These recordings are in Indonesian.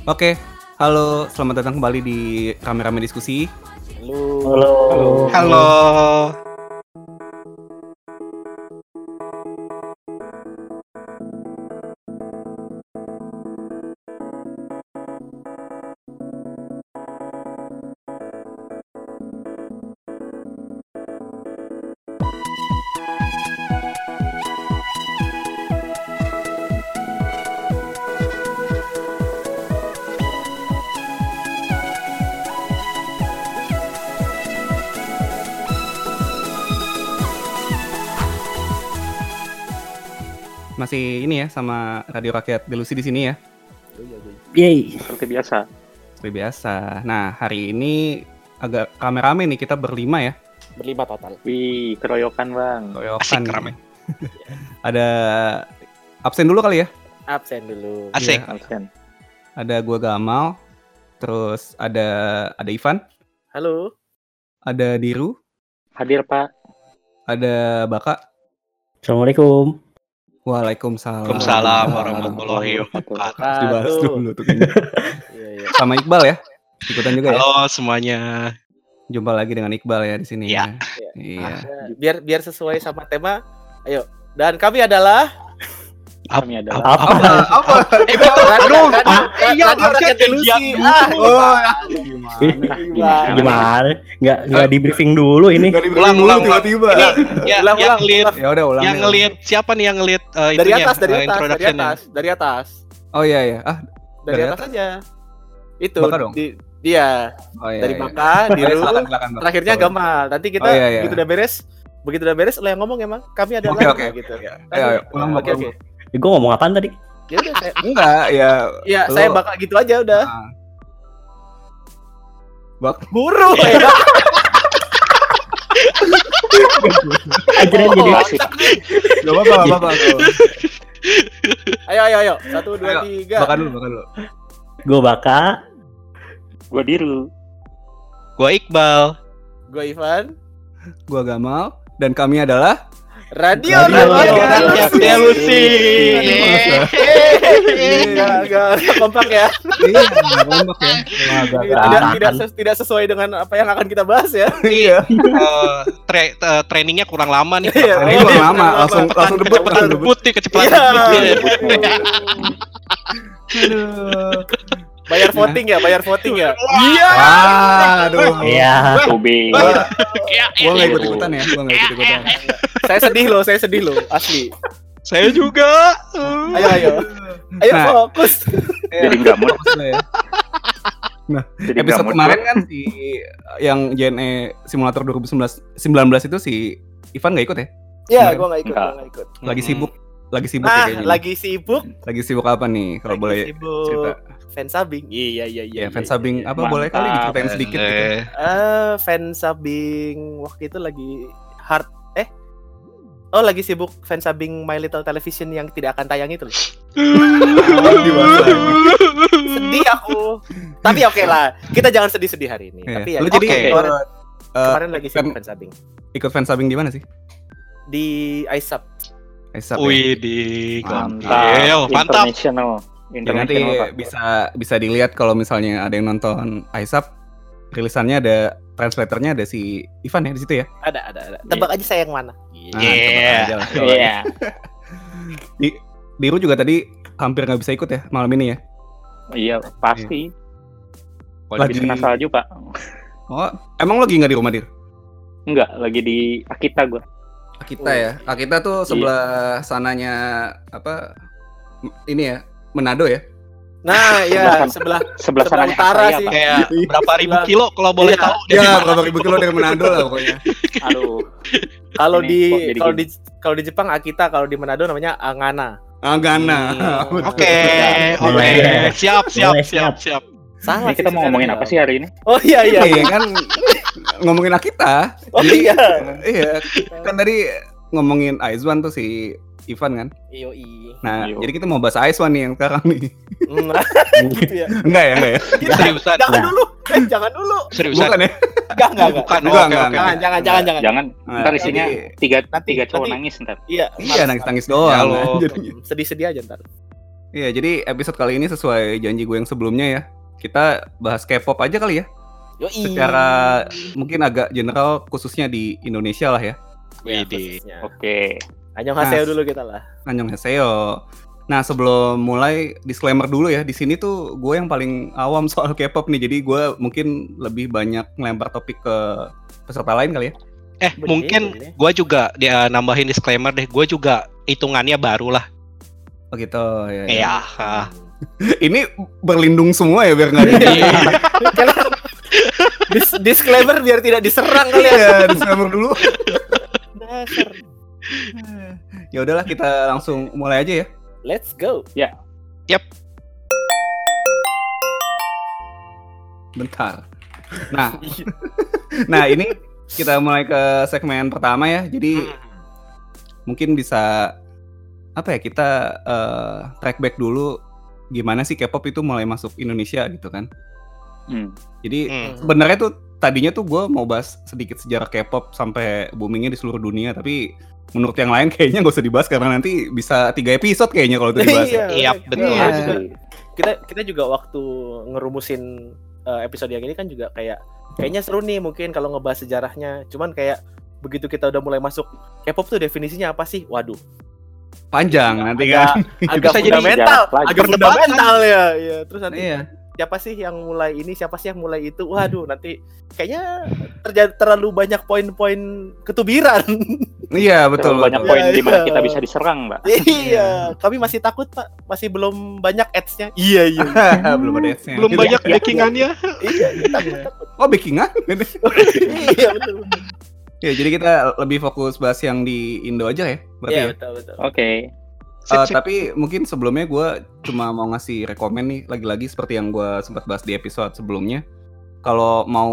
Oke, halo, selamat datang kembali di Rame-Rame Diskusi. Halo. Halo. Masih ini ya sama Radio Rakyat Delusi di sini ya. Yeay. Seperti biasa. Seperti biasa. Nah, hari ini agak rame-rame nih, kita berlima ya. Berlima total. Wih, keroyokan bang. Koyokan. Asik, rame. Ada absen dulu kali ya. Absen dulu. Asik. Absen. Ada gua Gamal, terus ada Ivan, Halo. ada Diru, Hadir Pak. ada Baka. Assalamualaikum. Waalaikumsalam. Waalaikumsalam warahmatullahi wabarakatuh. Harus dibahas Aduh. dulu tuh kayaknya. Iya. Sama Iqbal ya. Ikutan juga ya. Halo semuanya. Jumpa lagi dengan Iqbal ya di sini. Iya. Iya. Biar sesuai sama tema. Ayo. Dan kami adalah Kami adalah Apa? Aduh. Radio Rakyat Delusi. Gimana? Nggak di briefing dulu ini. Ulang. tiba-tiba. Ya, Ulang. yang lead, Ya udah ulang. yang nih. ngelit siapa nih yang ngelit Dari itunya, atas, introduction-nya? dari atas. Oh iya. Ah, Dari Dari atas aja. Itu Baka dong? dia oh iya. dari iya. Baka, Diru, Silakan, Bak. terakhirnya Gamal. Nanti kita Oh, iya. begitu udah beres lo yang ngomong emang. Kami adalah Oke. gitu. Ayo, ulang, Bak. Oke. Gue ngomong apaan tadi? Ya udah saya Enggak, ya. ya Lu- saya bakal gitu aja udah. Ah. Bak. Buru ya. Ajaran jadi Asik. Gak apa-apa. Ayo. 1, 2, Ayo, 3. Baka dulu. gue Baka. Gua Diru. Gua Iqbal. Gue Ivan. Gua Gamal dan kami adalah Radio Rakyat Delusi. Gak kompak ya. iya, ngomong ya. Tidak sesuai dengan apa yang akan kita bahas ya. Iya. Trainingnya kurang lama nih. Iya. Ini belum lama, langsung debut. Debut nih kecepatan. Iya. Aduh. Bayar voting ya. Iya. Aduh. Iya. Tobe. Gua enggak ikut-ikutan ya. Saya sedih loh, asli. Saya juga. Ayo Nah. fokus. Jadi nggak mood. ya. Jadi nggak Episode mood. kemarin kan si yang JNE Simulator 2019 itu si Ivan nggak ikut ya? Ya, Kemarin. gue nggak Enggak. ikut. Lagi sibuk ya Nah, kayaknya. lagi sibuk. Lagi sibuk apa nih kalau boleh cerita? Fansabing. Iya. Ya, fansabing apa Mantap. boleh kali diceritain sedikit gitu. Fansabing waktu itu lagi lagi sibuk fansabing My Little Television yang tidak akan tayang itu. Sedih aku. Tapi oke lah, kita jangan sedih-sedih hari ini. Iya. Tapi ya, Lu jadi kemarin lagi sibuk fansabing ikut fansabing di mana sih? di ISAP. Aisap Wih di mantap. International. Ya, nanti Pak. bisa dilihat kalau misalnya ada yang nonton Aisap, rilisannya ada translatornya ada si Ivan ya di situ ya. Ada. Tebak aja saya yang mana. Nah, Iya. coba aja lah. Iya. Diru juga tadi hampir nggak bisa ikut ya malam ini ya. Iya, pasti. Lagi- Lagi kena salju, Pak. Oh, emang lagi nggak di rumah Dir? Enggak, lagi di Akita gua. Akita ya. Akita tuh sebelah sananya apa? Ini ya, Manado ya. Nah, ya sebelah Sebelah sananya utara saya, sih. Pak. Kayak berapa ribu kilo kalau boleh Iya. tahu. Ya, berapa ribu kilo dari Manado lah pokoknya. Aduh. Kalau Ini di kok jadi kalau di Jepang Akita, kalau di Manado namanya Angana. Agana. Oke. Siap. Salah. Ini kita mau ngomongin apa sih hari ini? Oh iya. Iya kan ngomongin Akita. Oh Jadi, iya. iya, kan tadi ngomongin Aizwan tuh si Ivan kan. Yoi. Nah, Yo. jadi kita mau bahas Aizwan nih yang sekarang nih. Gitu ya. Enggak ya? Seriusan. Jangan dulu. Seriusan. Bukan ya? Enggak. Bukan. Enggak, Oke. enggak. Jangan. Jangan. Nah, Ntar isinya jadi- tiga cowok nanti- nangis ntar. Iya. Iya, nangis-nangis Ya doang. lo. Jadinya. Sedih-sedih aja ntar. Iya, jadi episode kali ini sesuai janji gue yang sebelumnya ya. Kita bahas K-pop aja kali ya. Yoi. Secara mungkin agak general khususnya di Indonesia lah ya. Ya, Widih. khususnya. Oke. Annyeonghaseyo dulu kita lah. Annyeonghaseyo. Nah, sebelum mulai disclaimer dulu ya. Di sini tuh gue yang paling awam soal K-pop nih. Jadi gue mungkin lebih banyak ngelempar topik ke peserta lain kali ya. Boleh, Mungkin boleh. gue juga dia nambahin disclaimer deh. Gue juga hitungannya baru lah. Oh gitu ya. Iya. Ini berlindung semua ya biar nggak ada. Disclaimer biar tidak diserang kali ya. Iya, disclaimer dulu. Dasar. Ya udahlah kita langsung mulai aja ya. Let's go. Bentar. Nah ini kita mulai ke segmen pertama ya. Jadi mungkin bisa apa ya kita track back dulu gimana sih K-pop itu mulai masuk Indonesia gitu kan. Jadi sebenarnya tuh tadinya tuh gue mau bahas sedikit sejarah K-pop sampai boomingnya di seluruh dunia, tapi menurut yang lain kayaknya gak usah dibahas karena nanti bisa 3 episode kayaknya kalau itu dibahas. Iya, betul. Kita juga waktu ngerumusin episode yang ini kan juga kayaknya seru nih mungkin kalau ngebahas sejarahnya. Cuman kayak begitu kita udah mulai masuk K-pop tuh definisinya apa sih? Waduh. Panjang nanti kan. Agak Bisa jadi fundamental, sejarah lagi. agak fundamental ya. Iya, terus nanti Iya. siapa sih yang mulai ini, siapa sih yang mulai itu? Waduh, nanti kayaknya terlalu banyak poin-poin ketubiran. Iya betul. Banyak betul. poin di mana Iya. kita bisa diserang, Mbak. Iya, kami masih takut Pak, masih belum banyak ads-nya. Iya. Belum ada ads-nya. Belum banyak backingannya. Iya, takut. Oh backingan? Iya, betul. Ya jadi kita lebih fokus bahas yang di Indo aja ya. Berarti Iya, ya. betul. Oke. Tapi mungkin sebelumnya gue cuma mau ngasih rekomen nih lagi-lagi seperti yang gue sempat bahas di episode sebelumnya. Kalau mau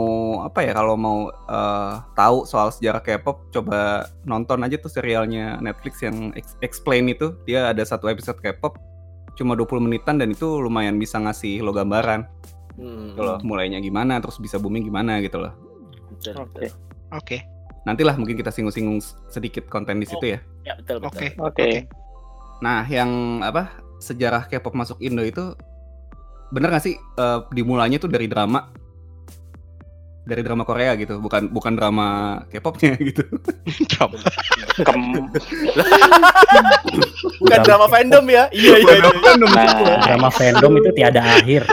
tahu soal sejarah K-pop, coba nonton aja tuh serialnya Netflix yang Explain itu. Dia ada satu episode K-pop cuma 20 menitan dan itu lumayan bisa ngasih lo gambaran. Gitu loh, mulainya gimana, terus bisa booming gimana gitu loh. Betul. Oke. Nantilah mungkin kita singgung-singgung sedikit konten di situ ya. Ya, betul. Oke. Nah, yang sejarah K-pop masuk Indo itu bener nggak sih dimulainya tuh dari drama Korea gitu, bukan drama K-popnya gitu. Drama. Bukan drama fandom ya. Iya. Nah, Drama fandom itu tiada akhir.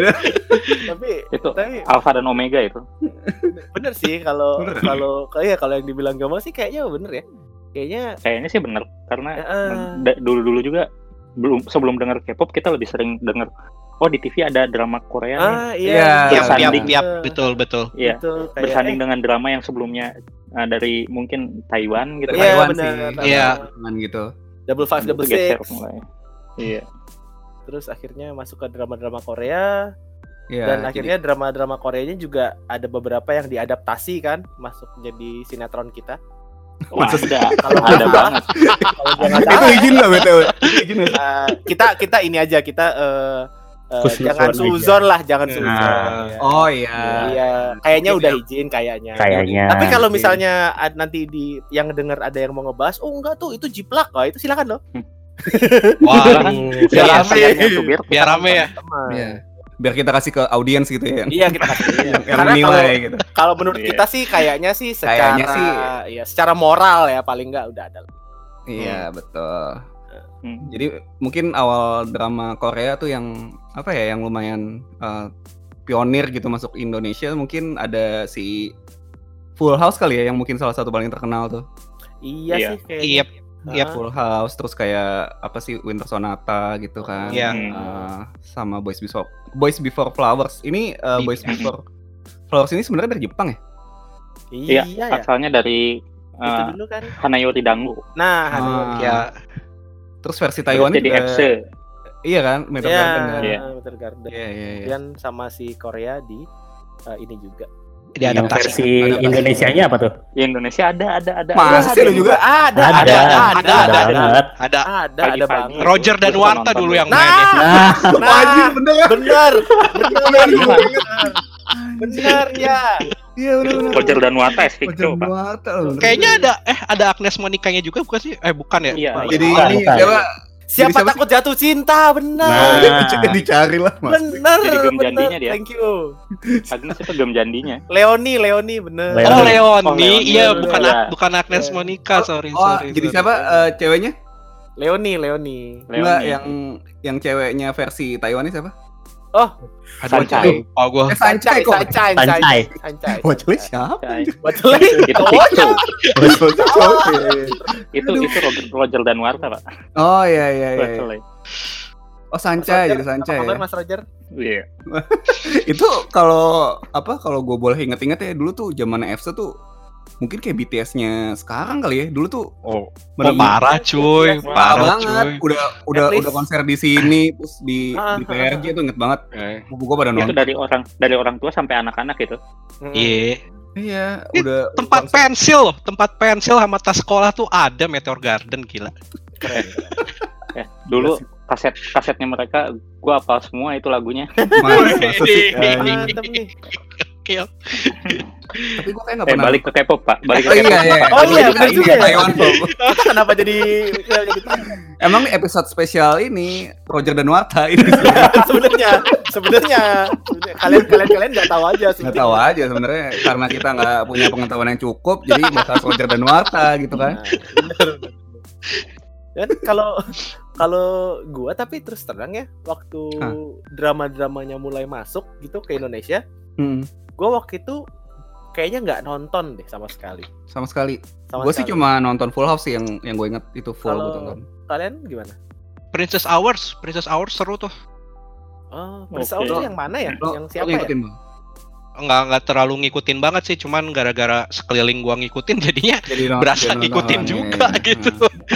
itu Tapi Alpha dan Omega itu. bener sih kalau Bener. kalau yang dibilang Gamal sih kayaknya bener ya. Kayaknya sih bener karena Heeh. dulu juga sebelum dengar K-pop kita lebih sering dengar di TV ada drama Korea nih. Iya. Bersanding. Betul. Iya. Betul, kayak, Bersanding dengan drama yang sebelumnya dari mungkin Taiwan gitu. Iya, Taiwan benar. sih. Iya. Taiwan gitu. Double Five, Double Geser Six. mulai. Iya. Terus akhirnya masuk ke drama-drama Korea. Iya. Dan akhirnya drama-drama Koreanya juga ada beberapa yang diadaptasi kan, masuk jadi sinetron kita. Wah, ada. Kalau Ada nggak banget. Kalau gua nggak itu salah, izin lah BTW. Izin nggak? kita ini aja kita Husnuzon jangan aja. suzon lah, jangan Nah. suzon. Ya. Oh iya. Iya, kayaknya udah izin kayaknya. Kayaknya. Tapi kalau misalnya nanti yang denger ada yang mau ngebahas, oh enggak tuh itu jiplak, itu silakan loh. Wah, Biar Iya, rame iya. biar rame ya. Iya. Biar kita kasih ke audiens gitu ya. Iya, kita kasih. Iya. Yang Karena menilai gitu. kalau menurut Iya. kita sih kayaknya sih Kayaknya secara sih. ya secara moral ya paling enggak udah ada. Iya, betul. Hmm. Jadi mungkin awal drama Korea tuh yang yang lumayan pionir gitu masuk Indonesia, mungkin ada si Full House kali ya yang mungkin salah satu paling terkenal tuh. Iya Iya. sih kayaknya. Iya. Iya, Full House, terus kayak Winter Sonata gitu kan. Iya. Sama Boys Before Flowers. Ini Boys Before Flowers ini sebenarnya dari Jepang ya? Iya, Iya ya. asalnya dari Itu dulu kan. Hanayori Dango. Nah, Ya. Terus versi Terus Taiwan jadi juga. FC. Iya kan, Meteor Iya, Garden kan. Iya. Meteor Garden. Iya. Dan sama si Korea di ini juga. Yang Diadaptasi. versi Indonesianya apa tuh? Di Indonesia ada. Masa sih lu juga? Ada banget. Ada Pagi-pagi. banget. Roger dan Gua suka Warta nonton dulu tuh. yang main ya. Nah, bener ya? bener ya. Iya bener. Roger dan Wata Victor, Pak. Kayaknya ada Agnes Monikanya juga bukan sih? Bukan ya? Iya, Jadi Bukan, ini bukan. siapa? Siapa siapa takut jatuh cinta, benar. Dicari lah mas. Bener, Jadi gem bener. jandinya dia. Thank you. Agnes itu gem jandinya. Leoni, bener. Leoni. Oh Oh, Leoni, Leoni. iya Iya. bukan Agnes Iya. Monica, sorry. Oh jadi siapa ceweknya? Leoni. Enggak, Leoni. yang ceweknya versi Taiwanese siapa? Oh, Sancai. Oh gua. Sancai kok. Sancai. Wajahnya siapa? Sancai. Betul. Itu Roger dan Warta, Pak. Oh iya. Betul. Oh Sancai, jadi Sancai. Apa kabar Ya. Mas Roger? Iya. Itu kalau gue boleh inget-inget ya, dulu tuh zaman FC tuh mungkin kayak BTS-nya sekarang kali ya. Dulu tuh Parah cuy, Wah, parah banget. cuy. Udah At least- konser di sini terus di PRJ tuh inget banget. Gue pada Itu nonton. dari orang tua sampai anak-anak gitu. Iya. Iya, Ini udah Tempat pensil loh, tempat pensil sama tas sekolah tuh ada Meteor Garden, gila. Keren. Ya, dulu kasetnya mereka gua hafal semua itu lagunya. Masa sih? Mantep nih. Gokil. Tapi gue kayak nggak pernah. Balik ke K-pop, Pak. Balik Oh ke K-pop. iya. Oh iya, bener juga ya. Taiwan tuh. Kita kenapa jadi Emang episode spesial ini Roger dan Warta ini sebenarnya kalian nggak tahu aja sih. nggak tahu aja sebenarnya karena kita nggak punya pengetahuan yang cukup jadi bahas Roger dan Warta gitu kan. Nah, bener. Dan kalau gua tapi terus terang ya waktu drama-dramanya mulai masuk gitu ke Indonesia, gua waktu itu kayaknya nggak nonton deh sama sekali. Sama sekali. Sama Gue sih sekali. cuma nonton Full House sih yang gue inget itu full Kalau- gue tonton. Kalian gimana? Princess Hours seru tuh. Oh, Oke. Prince House yang mana ya? Lo- Yang lo siapa ya? ngikutin, Bang? Nggak terlalu ngikutin banget sih, cuman gara-gara sekeliling gua ngikutin jadinya Jadi berasa ngikutin juga gitu.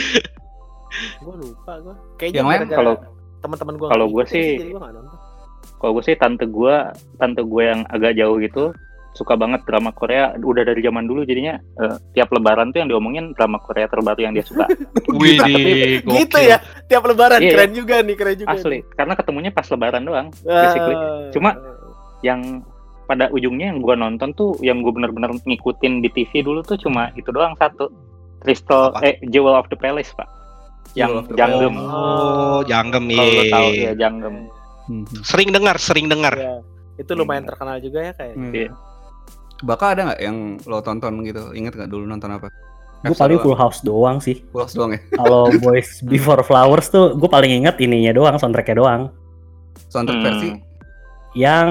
Gua lupa gua. Kayaknya Yang lain gara-gara kalau- teman-teman gua kalau nggak gua ngikutin sih- jadi gua nggak nonton. Kalau gue sih tante gue yang agak jauh gitu suka banget drama Korea udah dari zaman dulu jadinya tiap lebaran tuh yang diomongin drama Korea terbaru yang dia suka. Widih, Gitu ya. Tiap lebaran Iya, keren juga nih. Asli, karena ketemunya pas lebaran doang. Ah. Basically. Cuma yang pada ujungnya yang gue nonton tuh yang gue bener-bener ngikutin di TV dulu tuh cuma itu doang satu. Jewel of the Palace, Pak. Jewel of Yang the Janggem. Oh, Janggem Kalau lo tahu iya. ya Janggem. Sering dengar. Iya. Itu lumayan terkenal juga ya kayak. Iya. Baka ada nggak yang lo tonton gitu? Ingat nggak dulu nonton apa? Gue FC paling doang. Full House doang sih. Full House doang ya. Kalau Boys Before Flowers tuh gue paling inget ininya doang, soundtracknya doang. Soundtrack versi. Yang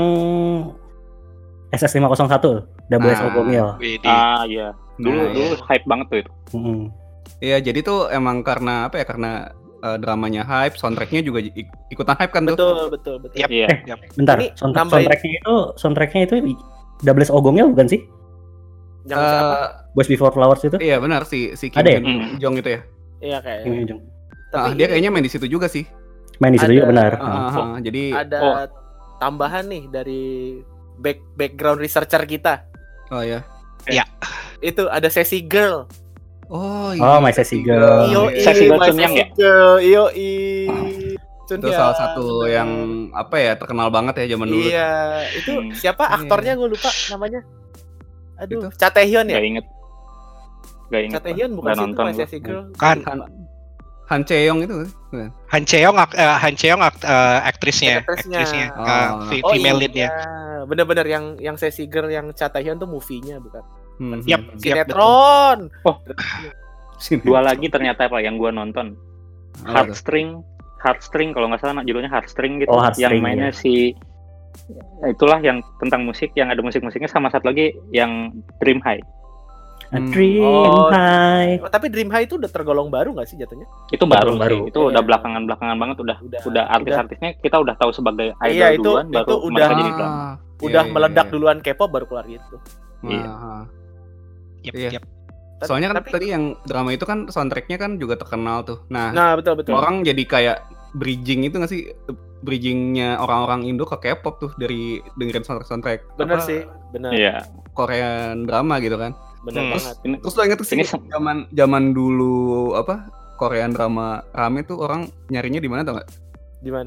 SS501, WSO Gomil. Widih. Ah iya. Dulu Nah, dulu hype banget tuh itu. Iya, jadi tuh emang karena apa ya? Karena dramanya hype, soundtracknya juga ikutan hype kan tuh. Betul. Yap. Iya. Bentar, Ini soundtracknya itu WSO Gomil bukan sih? Yang siapa? Boys Before Flowers itu? Iya benar si Kim Ada ya? Jong Jong itu ya. Iya kayak. Dia kayaknya main di situ juga sih. Main di situ ada- juga benar. Jadi Ada tambahan nih dari background researcher kita. oh ya. Itu ada sesi girl. Oh Oh, My Sassy Girl. Yoi, Sesi girl My Chunyang Sassy ya? Girl. Yoi. Itu Chunyang, salah satu bener. yang apa ya terkenal banget ya zaman dulu. Iya, itu siapa Iya. aktornya gue lupa namanya. Aduh, Itu. Cha Tae-hyun ya? Gak inget. Cha Tae-hyun bukan Nggak sih itu nonton My gua. Sassy Girl. Kan Han Cheong itu kan? Han Cheong aktrisnya, Aktrisnya. Oh. female leadnya. Bener-bener yang Sassy Girl yang Cha Tae-hyun tuh movie-nya bukan. Yap, betul. Sinetron. Dua lagi ternyata Pak yang gua nonton. Apa tuh? Heartstring kalau nggak salah judulnya Heartstring gitu. Oh, Heartstring, yang mainnya ya. si itulah yang tentang musik yang ada musik-musiknya sama satu lagi yang Dream High. A Dream Oh. High. Oh, tapi Dream High itu udah tergolong baru nggak sih jatuhnya? Itu baru, Baru. itu udah Iya. belakangan banget udah artis-artisnya kita udah tahu sebagai idol Iya, itu- duluan itu baru udah- mereka jadi drama. Udah meledak duluan K-pop baru keluar gitu. Iya. Iya. Soalnya kan tadi yang drama itu kan soundtracknya kan juga terkenal tuh. Nah, betul. orang jadi kayak bridging itu nggak sih? Bridgingnya orang-orang Indo ke K-pop tuh dari dengerin soundtrack Bener apa, sih, bener. Iya. Korean drama gitu kan. Bener Hmm. banget. Terus lo inget sih Ini zaman dulu apa Korean drama rame tuh orang nyarinya di mana tau nggak? Di mana?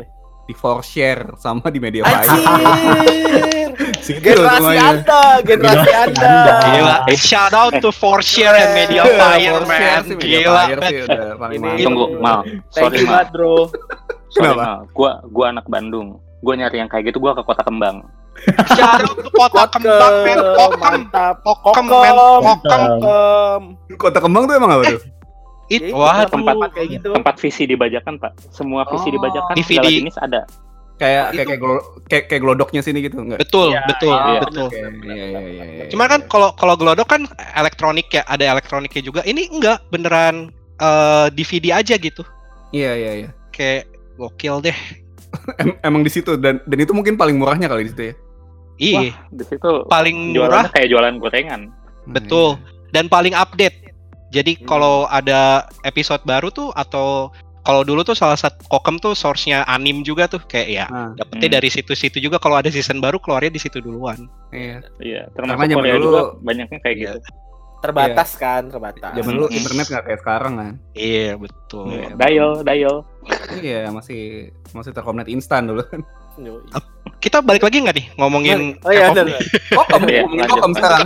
di 4share sama di Mediafire. Anjir. Situ Generasi semuanya. Anda. Gila. Shout out to 4share and Mediafire, 4share man. sih, Gila. Mediafire sih udah paling Ini- mantap. Tunggu, Mal. Thank Sorry, you Mal. banget, bro. Sorry, Kenapa? Mal. Gua anak Bandung. Gua nyari yang kayak gitu, gua ke Kota Kembang. Shout out to Kota Kembang, man. Kokem. Mantap. Kokem, man. Kokem. Kota Kembang tuh emang apa tuh? It, Ya, wah, tempat- kayak gitu. Tempat visi dibajakan, Pak. Semua visi Oh. dibajakan DVD. segala jenis ada. Kayak glodoknya sini gitu enggak? betul, Iya, betul, iya. betul. Iya. Cuma kan kalau Glodok kan elektronik ya, ada elektroniknya juga. Ini enggak, beneran DVD aja gitu. Iya. Kayak gokil deh. Emang di situ dan itu mungkin paling murahnya kali di situ ya. Iya, Di situ paling jualannya murah, kayak jualan gorengan. betul. Dan paling update. Jadi kalau ada episode baru tuh, atau kalau dulu tuh salah satu Kokem tuh source-nya anim juga tuh, kayak ya Nah, dapetnya dari situ-situ juga. Kalau ada season baru keluarnya di situ duluan. iya. Iya, Karena termasuk zaman Korea dulu- juga banyaknya kayak Iya. gitu. Terbatas kan, terbatas. Zaman dulu Hmm. internet nggak kayak sekarang kan. Iya, betul. Iya. Dial. Iya, masih Telkomnet instan dulu kan. Yoi. Kita balik lagi nggak nih ngomongin Oh iya, K-pop benar. nih? Kokem, Iya, ngomongin lanjut. Kokem sekarang.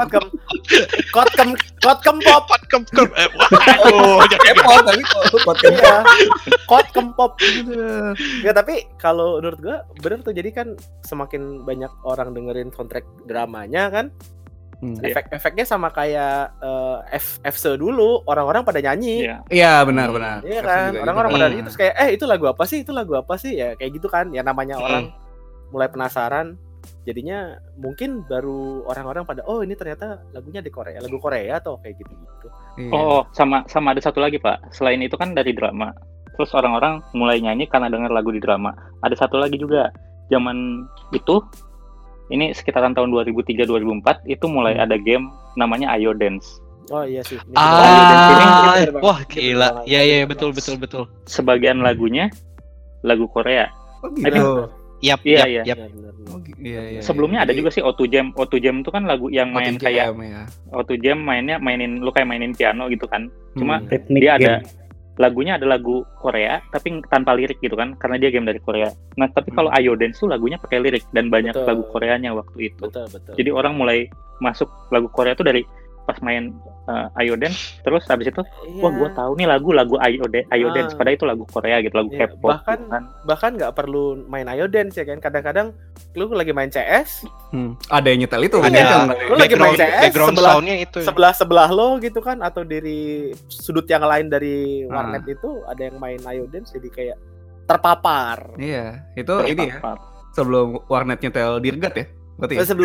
Kotkem pop. Waduh, jadi Kepot tadi Kokem. Iya. Kotkem pop. Ya tapi kalau menurut gua bener tuh, jadi kan semakin banyak orang dengerin soundtrack dramanya kan, Iya. efek-efeknya sama kayak FC dulu, orang-orang pada nyanyi. Iya. Iya, benar. Iya kan, Juga orang-orang gitu. pada nyanyi terus kayak itu lagu apa sih? Ya kayak gitu kan. Ya namanya orang mulai penasaran. Jadinya mungkin baru orang-orang pada ini ternyata lagunya di Korea, lagu Korea atau kayak gitu-gitu. Iya. Oh, sama ada satu lagi, Pak. Selain itu kan dari drama. Terus orang-orang mulai nyanyi karena dengar lagu di drama. Ada satu lagi juga. Zaman itu ini sekitaran tahun 2003-2004 itu mulai ada game namanya Ayo Dance. Oh iya sih. Ini Ah, bener banget. wah Ini gila. bener Iya, banget. betul. Sebagian lagunya lagu Korea. Oh gitu. Yap. Iya. Bener, bener. Oh, iya. Sebelumnya ada Jadi, juga sih O2 Jam. O2 Jam itu kan lagu yang main OTJM, kayak ya. O2 Jam mainin lu kayak mainin piano gitu kan. Cuma Rhythmic dia game. lagunya ada lagu Korea tapi tanpa lirik gitu kan karena dia game dari Korea. Nah, tapi kalau Ayo Dance tuh lagunya pakai lirik dan banyak Betul. lagu Koreanya waktu itu. Betul. Jadi orang mulai masuk lagu Korea tuh dari pas main Ayo Dance, terus habis itu wah gua tahu nih lagu Ayo Dance, padahal itu lagu Korea gitu, lagu Iya, K-pop bahkan- gitu kan. bahkan nggak perlu main Ayo Dance ya kan. Kadang-kadang lu lagi main CS, Ada yang nyetel itu. Iya. ada yang Lu lagi main CS, background sebelah- soundnya itu. sebelah lo gitu kan, atau dari sudut yang lain dari warnet itu ada yang main Ayo Dance, jadi kayak terpapar. Iya, itu ini ya. Apa- Sebelum warnet nyetel Dirgat ya. Berarti ya?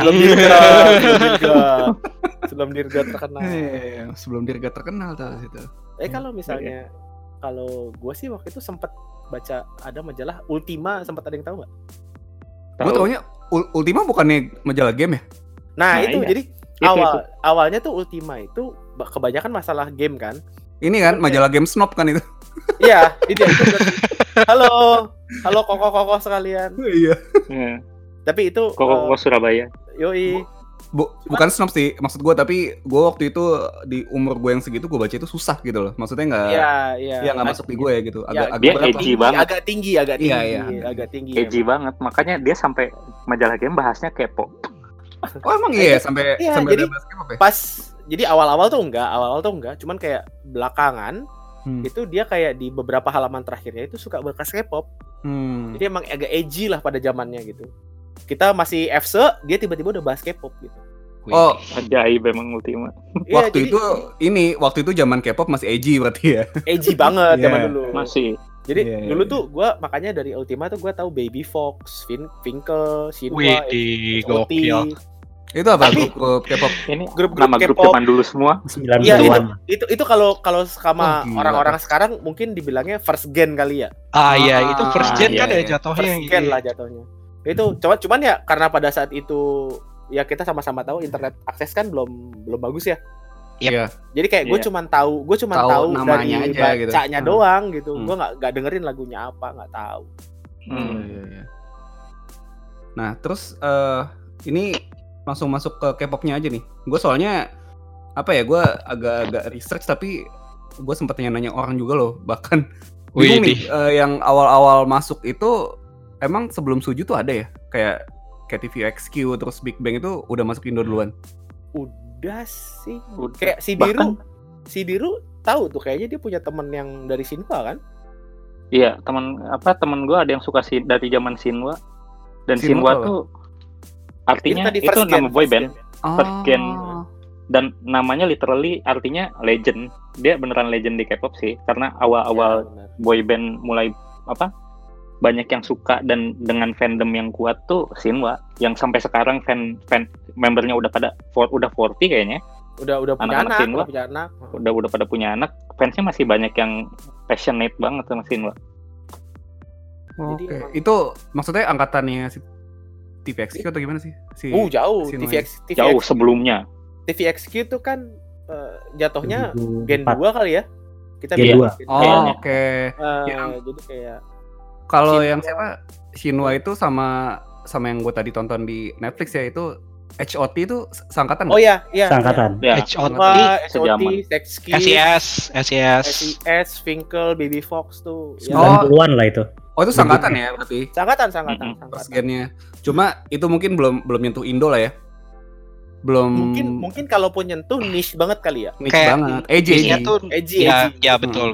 Sebelum Dirgat terkenal. Iya, sebelum Dirgat terkenal tuh situ. Kalau misalnya kalau gue sih waktu itu sempat baca ada majalah Ultima, sempat ada yang tahu nggak? Gue taunya Ultima bukannya majalah game ya? Nah, Nah, itu iya. jadi awalnya tuh Ultima itu kebanyakan masalah game kan. Ini kan majalah game snob kan itu. Iya, itu. Halo koko sekalian. Iya. Iya. Tapi itu Koko Surabaya. yoi. Bukan snob sih maksud gue, tapi gue waktu itu di umur gue yang segitu gue baca itu susah gitu loh. Maksudnya nggak Iya. nggak masuk di gue ya gitu. Ya, Agak dia beberapa- edgy banget. Agak tinggi. Edgy banget, makanya dia sampai majalah game bahasnya K-pop. Oh emang iya sampai Iya, sampai jadi- ada bahas K-pop ya? Pas jadi awal-awal tuh enggak, cuman kayak belakangan itu dia kayak di beberapa halaman terakhirnya itu suka bekas K-pop. Jadi emang agak edgy lah pada zamannya gitu. Kita masih FC, dia tiba-tiba udah bahas K-pop gitu. Oh, Ajaib emang Ultima. Iya, waktu itu zaman K-pop masih edgy berarti ya. edgy banget Iya. zaman dulu. Masih. Jadi Iya, dulu iya. tuh gue makanya dari Ultima tuh gue tahu Baby Fox, Finkel, Shinhwa, Wih, SOT. gokil. Itu apa Tapi- grup K-pop? Ini Grup-grup nama grup K-pop. zaman dulu semua. 90-an. Iya, itu kalau sama Oh, gila. orang-orang sekarang mungkin dibilangnya first gen kali ya. Iya, itu first gen iya, kan ya iya. jatuhnya. First gen lah jatuhnya. Itu cuman ya karena pada saat itu ya kita sama-sama tahu internet akses kan belum bagus ya. Yep. Iya. Jadi kayak gue Iya. cuman tahu Tahu namanya dari aja gitu. bacanya doang gitu. Hmm. Gue nggak dengerin lagunya apa, nggak tahu. Iya. Nah, terus ini langsung masuk ke K-popnya aja nih. Gue soalnya apa ya? Gue agak research tapi gue sempat nanya orang juga loh. Bahkan Bingung nih, Widih. yang awal-awal masuk itu emang sebelum Suju tuh ada ya? Kayak TVXQ terus Big Bang itu udah masuk Indo duluan. Udah sih. Udah. Kayak si Diru tahu tuh kayaknya dia punya temen yang dari Shinhwa kan? Iya, teman gue ada yang suka dari zaman Shinhwa. Dan Shinhwa Shinhwa tuh artinya tadi itu first nama gen, boy first band. gen. First gen. Dan namanya literally artinya legend. Dia beneran legend di K-pop sih, karena awal-awal Ya, benar. boy band mulai banyak yang suka dan dengan fandom yang kuat tuh Shinhwa, yang sampai sekarang fan membernya udah 40 kayaknya. Udah punya Anak-anak anak, Shinhwa. udah punya anak. Udah pada punya anak, fansnya masih banyak yang passionate banget sama Shinhwa. Jadi Oke, emang- itu maksudnya angkatannya si TVXQ atau gimana sih? Jauh. Shinhwa. Jauh sebelumnya. TVXQ itu kan jatuhnya 2004. Gen 2 kali ya? Kita Gen bilang 2. Oh, Kayaknya. oke. jadi kayak Kalau Shinhwa. yang siapa? Shinhwa itu sama yang gue tadi tonton di Netflix ya, itu HOT itu seangkatan Oh iya. Seangkatan. Ya, HOT, Wah, sejaman. SOT, Sexkiss, SES. SES, Finkel, Baby Fox tuh. Ya. 90-an lah itu. Oh, itu seangkatan ya berarti Sangkatan. first gen-nya. Cuma itu mungkin belum nyentuh Indo lah ya. Belum Mungkin kalaupun nyentuh niche banget kali ya. niche Kayak banget. EJ. Isinya tuh Edgy. ya betul.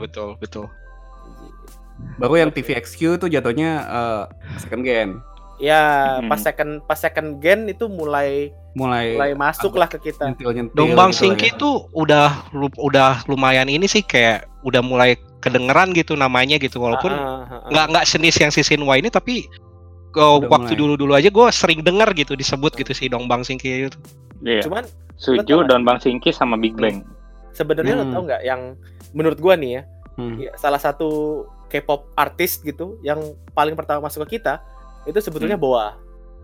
Baru yang TVXQ itu jatuhnya second gen. Ya, Mm-mm. pas second gen itu mulai masuk lah ke kita. nyentil-nyentil Dongbang gitu lah Singki ya. tuh udah lumayan ini sih, kayak udah mulai kedengeran gitu namanya gitu, walaupun nggak sejenis yang si Shinhwa ini, tapi Udah waktu mulai. dulu aja gue sering dengar gitu disebut gitu si Dongbang Singki itu. Iya. Cuman Suju, betul. Don Bang Singki sama Big Bang. sebenarnya lo tau nggak yang menurut gua nih ya, Hmm. ya, salah satu K-pop artis gitu yang paling pertama masuk ke kita itu sebetulnya Boa.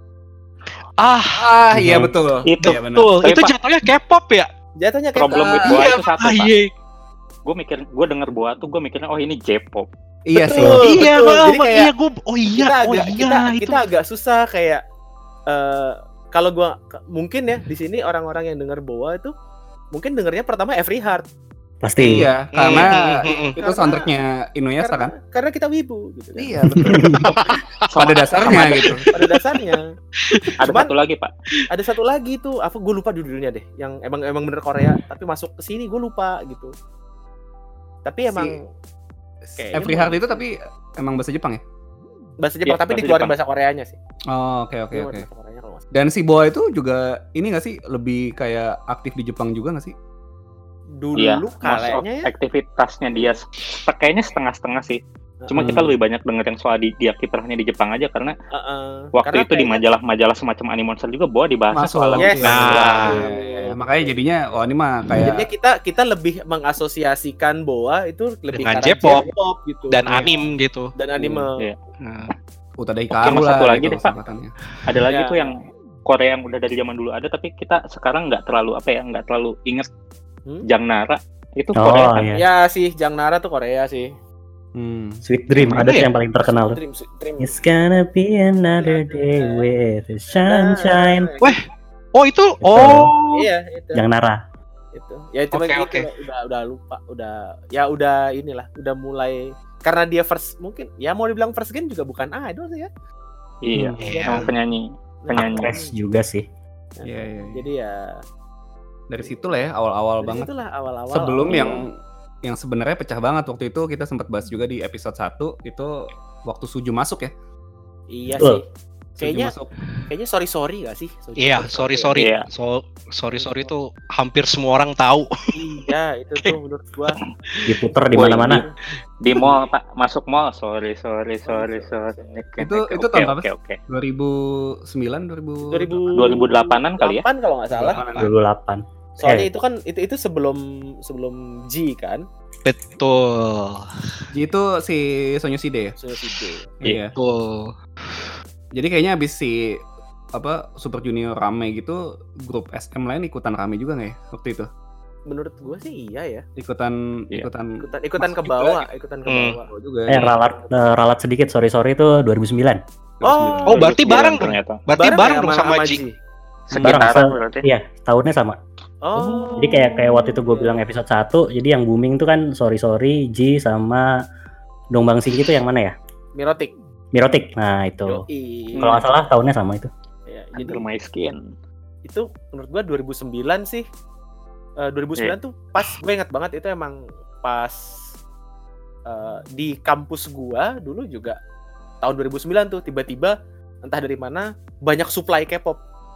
Ah, iya betul. Itu Iya, benar. Tuh, Tapi, itu Pak, jatuhnya K-pop ya? Jatuhnya kayak problem with Boa itu satu, Pak. Iya. Gue denger Boa tuh gue mikirnya oh ini J-pop. Iya sih. Betul. Iya, Jadi kayak iya gue. Oh iya, itu. kita agak susah kayak kalau gua mungkin ya di sini orang-orang yang denger Boa itu mungkin dengernya pertama Every Heart Pasti. Iya, karena Hmm. itu soundtracknya Inuyasha kan? karena kita wibu gitu kan. Iya, betul. Pada dasarnya gitu. Pada dasarnya. Ada Cuman- satu lagi, Pak. Ada satu lagi tuh, apa gue lupa judulnya deh, yang emang bener Korea tapi masuk ke sini gue lupa gitu. Tapi emang kayaknya Every Heart itu tapi emang bahasa Jepang ya? bahasa Jepang Iya, tapi bahasa dikeluarin Jepang. bahasa Koreanya sih. Oh, oke. Dikeluarin bahasa Koreanya kalau nggak salah. Dan si Boa itu juga ini nggak sih lebih kayak aktif di Jepang juga nggak sih? Dulu Iya, most of kayaknya ya. aktivitasnya dia kayaknya setengah-setengah sih. Cuma kita lebih banyak denger yang soal dia kiprahnya di Jepang aja, karena waktu Karena itu di kayaknya- majalah-majalah semacam Animonster juga Boa dibahas Masuk. soal Yes. Nah. Iya, makanya jadinya ini mah Jadinya kayak kita lebih mengasosiasikan Boa itu lebih Dengan karena J-pop gitu. dan Iya. anim gitu. Dan anime. Iya. Nah, Utada Oke, Hikaru mas, lah satu lagi gitu deh, Pak. singkatannya. Ada lagi Ya. tuh yang Korea yang udah dari zaman dulu ada, tapi kita sekarang nggak terlalu inget Jang Nara itu Oh, Korea kan. iya. Ya sih, Jang Nara tuh Korea sih. Sweet Dream Mana ada ya? sih yang paling terkenal tuh. Dream. It's gonna be another day with the sunshine. Weh, oh itu, oh. Iya, itu. Yang Nara. Itu. Ya cuma Oke, gitu oke. udah lupa, udah inilah, udah mulai karena dia first mungkin ya mau dibilang first gen juga bukan idol sih ya. Iya, Iya. emang penyanyi. Actress juga sih. Iya. Jadi ya Dari situ lah ya awal-awal dari banget. situlah awal-awal. Sebelum awal. yang sebenarnya pecah banget waktu itu kita sempat bahas juga di episode 1 itu waktu Suju masuk ya. Iya Betul. sih. Suju Kayaknya masuk. sorry gak sih? Iya, sorry. Iya. Sorry tuh hampir semua orang tahu. Iya, itu tuh menurut gua. Diputer di Woi, mana-mana. Di mall, Pak, masuk mall. Sorry. Itu Oke, tahun berapa sih? Oke. 2009 2000 2008-an kali ya. 8 kalau nggak salah. 2008. Soalnya itu kan itu sebelum G kan. Betul. Itu si Sonyuside ya? Sudah Iya. Betul. Jadi kayaknya abis si Super Junior rame gitu, grup SM lain ikutan rame juga nggak ya waktu itu? Menurut gua sih iya ya. Ikutan Iya. Ikutan ke Masuk bawah, juga. ikutan ke Hmm. bawah. juga. Ralat sedikit, sorry itu 2009. Oh, Oh, berarti bareng dong. ternyata. Berarti bareng ya dong sama Ji. Sekitaran Bareng, berarti. Iya, tahunnya sama. Oh. Jadi kayak waktu itu gue bilang episode 1, jadi yang booming tuh kan sorry G sama Dongbang Singki itu yang mana ya? Mirotic. Mirotic. Nah, itu. Yoi. Kalau nggak salah tahunnya sama itu. Ya, Under jadi My Skin. itu menurut gua 2009 sih. 2009 tuh pas, gue ingat banget itu emang pas di kampus gua dulu juga tahun 2009 tuh tiba-tiba entah dari mana banyak supply K-pop.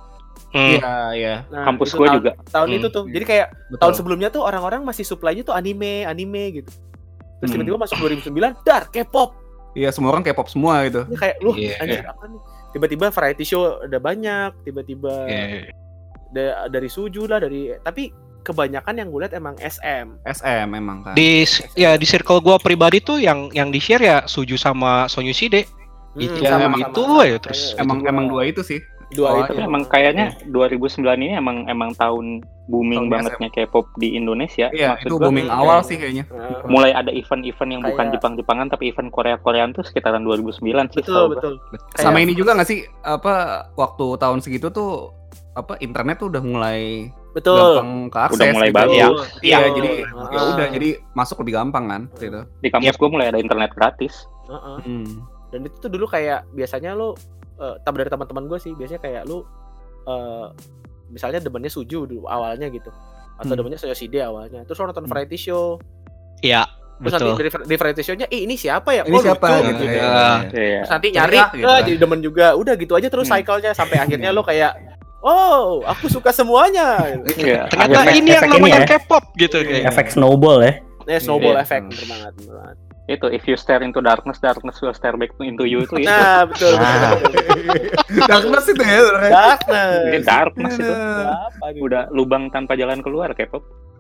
Iya. Nah, Kampus itu gua juga. tahun itu tuh. Jadi kayak Betul. tahun sebelumnya tuh orang-orang masih supply-nya tuh anime gitu. Terus tiba-tiba masuk 2009, dar K-pop. Iya, semua orang K-pop semua gitu. Ini kayak lu Iya. anjir apa nih? Tiba-tiba variety show udah banyak, tiba-tiba dari Suju lah, tapi kebanyakan yang gue lihat emang SM. SM memang kan. Di circle gua pribadi tuh yang di share ya Suju sama Sonyuside. Itu sama. ya terus Emang dua itu sih. Dua Oh, itu. Tapi emang kayaknya 2009 ini emang tahun booming Tahun bangetnya K-pop di Indonesia. Iya, Maksud itu gua, booming awal sih kayaknya. mulai ada event-event yang bukan Kayak- Jepang-Jepangan tapi event Korea-Koreaan tuh sekitaran 2009 sih. setahu gua. Betul. Sama Kayak- ini juga nggak sih waktu tahun segitu tuh internet tuh udah mulai Betul. gampang keakses. Udah mulai gitu. bagus. Iya, Iya. jadi Heeh. ya udah jadi masuk lebih gampang kan gitu. Di kampus gua mulai ada internet gratis. Heeh. Hmm. Dan itu tuh dulu kayak biasanya lu dari teman-teman gue sih biasanya kayak lu misalnya demennya Suju dulu awalnya gitu atau demennya Sonyoside awalnya terus lo nonton variety show Iya, terus betul. nanti di variety show-nya ini siapa ya Ini siapa lucu, gitu gitu. ya. Iya. Terus nanti Cari nyari lah, gitu kan. jadi demen juga udah gitu aja terus cycle-nya sampai akhirnya lo kayak oh aku suka semuanya Iya. Ternyata Akhirnya ini yang efek ini namanya ya. K-pop gitu kayak. Efek snowball ya. snowball Iya. effect bener banget. itu if you stare into darkness will stare back into you itu. Nah betul. Darkness itu ya. Ini Darkness darkness itu. apa gitu. Udah lubang tanpa jalan keluar K-pop.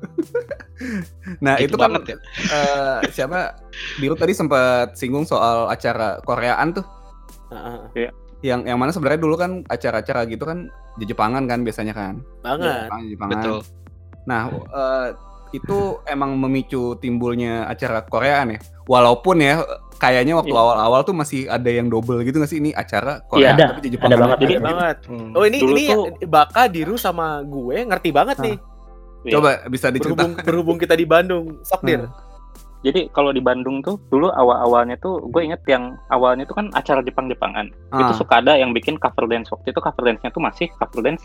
Nah, itu kan banget ya. siapa Biru tadi sempat singgung soal acara Koreaan tuh. Heeh. Yang mana sebenarnya dulu kan acara-acara gitu kan Jepangan kan biasanya kan. banget Jepangan. Betul. Nah, itu emang memicu timbulnya acara Koreaan ya. Walaupun ya kayaknya waktu Iya. awal-awal tuh masih ada yang double gitu nggak sih ini acara Korea Ada, tapi di Jepangan. ada banget. Jadi banget. Hmm. Oh ini Dulu ini tuh- Baka, Diru sama gue ngerti banget nih. Coba bisa diceritakan. Berhubung kita di Bandung, sok Dir. Jadi kalau di Bandung tuh dulu awal-awalnya tuh gue inget yang awalnya tuh kan acara Jepang-Jepangan. Itu suka ada yang bikin cover dance. Waktu itu cover dance-nya tuh masih cover dance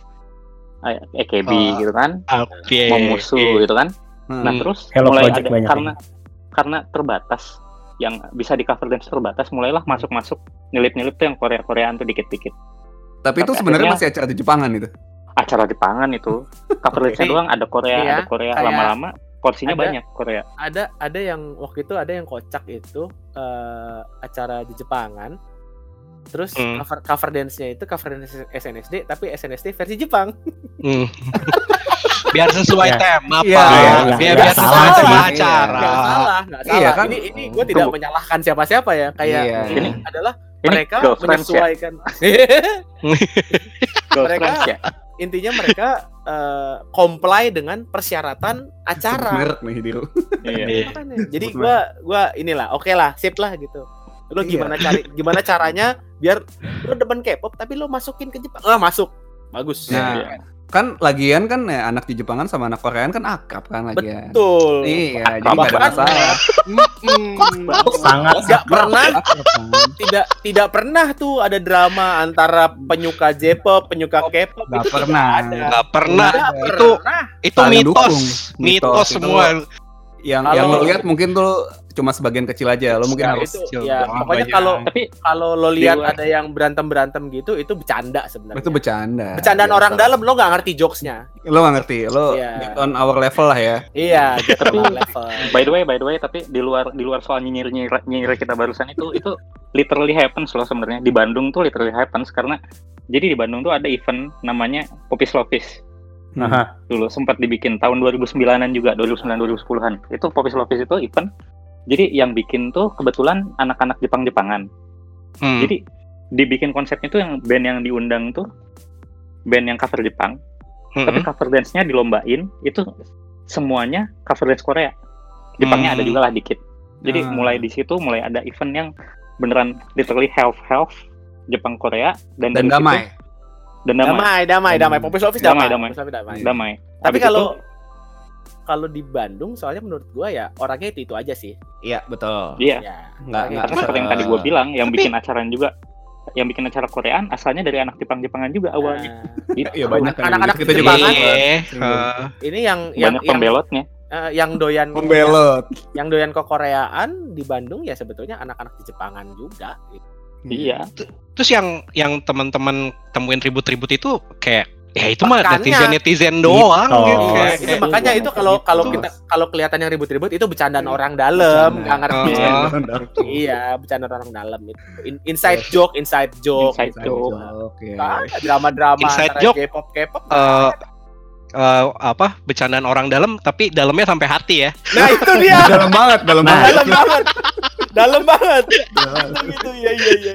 AKB gitu kan. Oke. Momusu gitu kan. Nah, terus Hello mulai Project ada banyak karena terbatas yang bisa di cover dance terbatas, mulailah masuk nyelip-nyelip tuh yang Korea-Koreaan tuh dikit-dikit. Tapi itu Sampai sebenarnya akhirnya- masih acara di Jepangan itu. Acara Jepangan itu cover dance-nya Oke. doang ada Korea, Iya, ada Korea kayak lama-lama porsinya ada- banyak Korea. Ada yang waktu itu ada yang kocak itu acara di Jepangan. Terus cover dance-nya itu cover dance SNSD tapi SNSD versi Jepang. Hmm. Biar sesuai Ya. tema Iya, Pak. iya, Biar nggak sesuai salah tema sih. acara. Nggak salah. Iya kan? Ini gue tidak menyalahkan siapa-siapa ya. Kayak Iya. ini adalah Ini mereka girlfriends ya? menyesuaikan. Girlfriends ya. Intinya mereka comply dengan persyaratan acara. Merek nih Diru. Iya. Makanya. Jadi Sebut gua inilah oke lah, sip lah gitu. Lo Iya. gimana caranya biar lo demen K-pop tapi lo masukin ke Jepang. Masuk. Bagus. Nah, Iya. kan lagian kan ya, anak di Jepangan sama anak Koreaan kan akrab kan lagian. Betul. Iya, jadi nggak ada Bahkan- masalah. Sangat Nggak pernah Akrab kan. tidak pernah tuh ada drama antara penyuka J-pop, penyuka K-pop. Nggak itu pernah. Nggak pernah. Nggak Itu pernah. itu Saling mitos. dukung. Mitos Mitos itu semua. Yang Kalau- lo lihat mungkin tuh cuma sebagian kecil aja. Lo mungkin Ya, harus itu ya pokoknya banyak. kalau lo lihat luar. ada yang berantem gitu itu bercanda sebenarnya. Itu bercanda. Bercandaan Biasa. orang dalam lo nggak ngerti jokesnya. Lo nggak ngerti. Lo Iya. on our level lah ya. Iya, gitu level. By the way, tapi di luar soal nyinyir kita barusan itu literally happens loh sebenarnya. Di Bandung tuh literally happens karena jadi di Bandung tuh ada event namanya Popis Lopis. Aha. Dulu sempat dibikin tahun 2009-an juga, 2009-2010-an. Itu Popis Lopis itu event. Jadi yang bikin tuh kebetulan anak-anak Jepang-Jepangan. Jadi dibikin konsepnya tuh yang band yang diundang tuh band yang cover Jepang, tapi cover dance-nya dilombain itu semuanya cover dance Korea. Jepangnya ada juga lah dikit. Jadi mulai di situ mulai ada event yang beneran literally half Jepang Korea dan dari damai. situ- dan damai. Damai. Popis Office damai. Damai. Popis Office damai. Damai. Tapi Habis kalau kalau di Bandung soalnya menurut gua ya orangnya itu aja sih. Iya, betul. Iya. Ya. Nggak Karena bisa. seperti yang tadi gue bilang, yang Tapi- bikin acara juga, yang bikin acara Koreaan asalnya dari anak Jepang-Jepangan juga awalnya. Nah, Gitu. Iya banyak kan. Anak-anak kita juga Jepangan. sering ini yang Banyak pembelotnya. yang doyan membelot. yang doyan ke Koreaan di Bandung ya sebetulnya anak-anak di Jepangan juga. Iya. Terus yang teman-teman temuin ribut-ribut itu kayak ya itu mah Makanya. netizen doang Gitu. gitu. Iya, Kayak- itu makanya itu kalau kelihatan yang ribut-ribut itu bercandaan orang dalam, nggak ngerti. Iya, bercandaan orang dalam itu. Inside joke. Inside joke. Oke. Nggak ada drama-drama Inside antara joke. K-pop. Bercandaan orang dalam tapi dalamnya sampai hati ya. Nah, itu dia. Dalam banget, dalam Nah. banget. Dalam banget. Itu iya.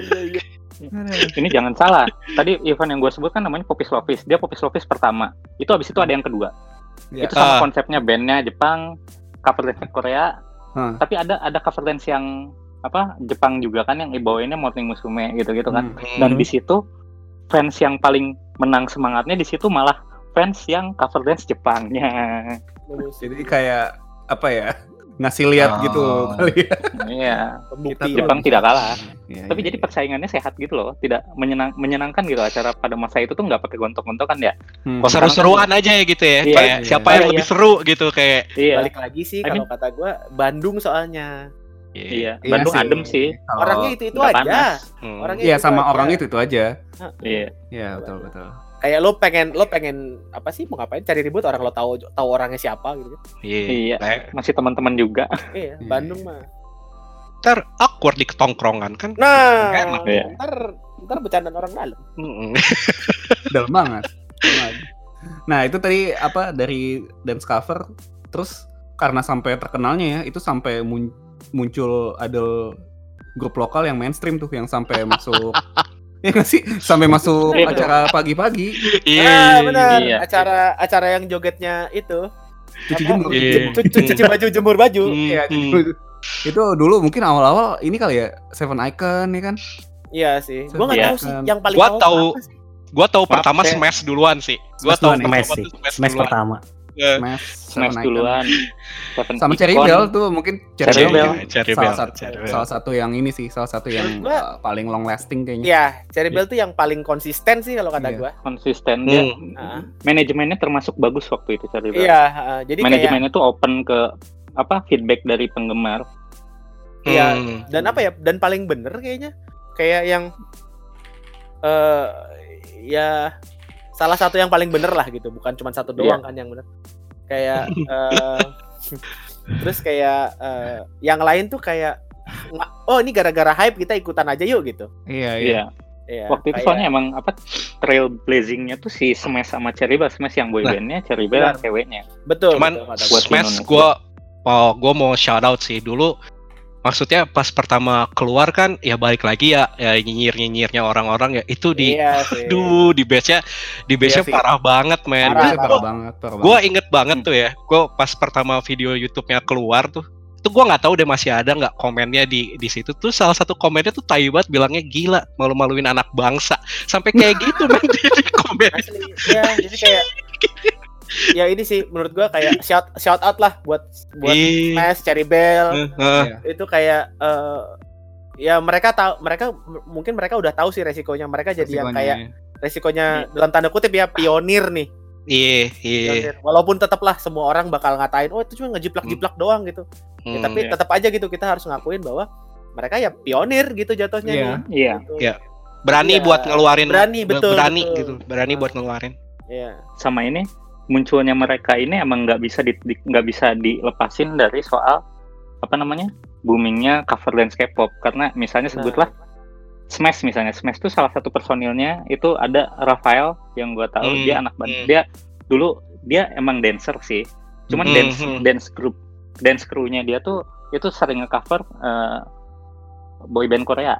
Ini jangan salah. Tadi event yang gue sebut kan namanya Popis Lovis. Dia Popis Lovis pertama. Itu abis itu ada yang kedua. Iya. Itu sama konsepnya bandnya Jepang, cover dance Korea. Tapi ada cover dance yang Jepang juga kan yang bawainnya Morning Musume gitu-gitu kan. Dan di situ fans yang paling menang semangatnya di situ malah fans yang cover dance Jepangnya. Jadi kayak apa ya? Ngasih lihat gitu kali ya. Iya. Pembuktian. Jepang tidak kalah. Iya, Tapi iya, jadi iya. persaingannya sehat gitu loh, tidak menyenangkan gitu acara pada masa itu tuh nggak pakai gontok-gontokan ya. Seru-seruan aja ya gitu ya. Iya, Kayak siapa yang iya. lebih seru gitu kayak. Iya. Balik lagi sih I mean- kalau kata gua Bandung soalnya. Iya. Iya Bandung sih. adem sih. Kalau- Orangnya itu nggak aja. panas. Orangnya Iya itu sama aja. orang itu aja. Iya. Iya betul. Kayak lo pengen apa sih mau ngapain cari ribut orang lo tahu orangnya siapa gitu. Iya. Kayak, Masih teman-teman juga. Iya, Iya. Bandung mah. ntar awkward di ketongkrongan kan. Nah, Enak, ya. ntar bercandaan orang dalam. Dalam banget. Nah itu tadi dari dance cover, terus karena sampai terkenalnya ya, itu sampai muncul idol grup lokal yang mainstream tuh, yang sampai masuk, ya nggak sih, sampai masuk Iya, betul. acara pagi-pagi, Ah, benar. Iya. Acara yang jogetnya itu. cuci Apa? jemur. Iya. Cuci baju, jemur baju. Iya, itu dulu mungkin awal-awal ini kali ya, Seven Icon ya kan? Iya sih. Gua nggak Iya. tahu sih yang paling Gua tahu tahu. apa sih. Gua tahu pertama Maaf, ya. Smash duluan sih. Gua Smash tahu duluan ya? pertama Smash sih. tuh Smash duluan. pertama. Smash, Smash Seven Icon. duluan. Seven Sama Cherry Icon. Bell tuh mungkin Cherry Bell. Cherry salah Bell. satu Cherry Bell. salah satu yang ini sih, salah satu yang Menurut gua- paling long lasting kayaknya. Iya, Cherry Bell tuh yang paling konsisten sih kalau kata Iya. gua. Konsisten dia. Ah. Manajemennya termasuk bagus waktu itu Cherry Bell. Iya, jadi kayak Manajemennya tuh open ke feedback dari penggemar. Iya, dan apa ya? Dan paling bener kayaknya kayak yang ya salah satu yang paling bener lah gitu, bukan cuma satu doang kan yang bener. Kayak terus kayak yang lain tuh kayak oh ini gara-gara hype kita ikutan aja yuk gitu. Iya. Iya. Iya, Waktu itu kayak- soalnya emang trailblazingnya tuh si Smash sama Cherry Bell. Smash yang boybandnya, Cherry Bell yang Benar. ceweknya. betul. Cuman betul kata gua. buat Smash Indonesia. gua mau shout out sih dulu. Maksudnya pas pertama keluar kan ya balik lagi ya nyinyirnya orang-orang ya itu di Iya sih. aduh di base-nya Iya sih. parah banget men. Parah. Parah banget. Gue inget banget tuh ya, gue pas pertama video YouTube-nya keluar tuh gue nggak tahu deh masih ada nggak komennya di situ tuh salah satu komennya tuh tai banget bilangnya gila malu-maluin anak bangsa sampai kayak gitu men di komen. Asli. Ya, jadi kayak ya ini sih menurut gua kayak shout out lah buat Ih. Smash, Cherry Bell. Iya. Itu kayak ya mereka mungkin mereka udah tahu sih resikonya. Mereka jadi yang kayak resikonya dalam tanda kutip ya pionir nih. Iya. Pionir. Walaupun tetaplah semua orang bakal ngatain oh itu cuma ngejiplak-jiplak doang gitu. Ya, tapi iya. tetap aja gitu kita harus ngakuin bahwa mereka ya pionir gitu jatuhnya Iya. nih. Iya. Gitu. Iya. Berani Iya. buat ngeluarin Berani, betul, berani betul. gitu berani Nah. buat ngeluarin. Iya. Sama ini munculnya mereka ini emang nggak bisa dilepasin dari soal boomingnya cover dance K-pop. Karena misalnya sebutlah Smash misalnya. Smash tuh salah satu personilnya itu ada Rafael yang gua tahu dia anak band. Dia dulu dia emang dancer sih. Cuman dance crew-nya dia tuh itu sering nge-cover boyband Korea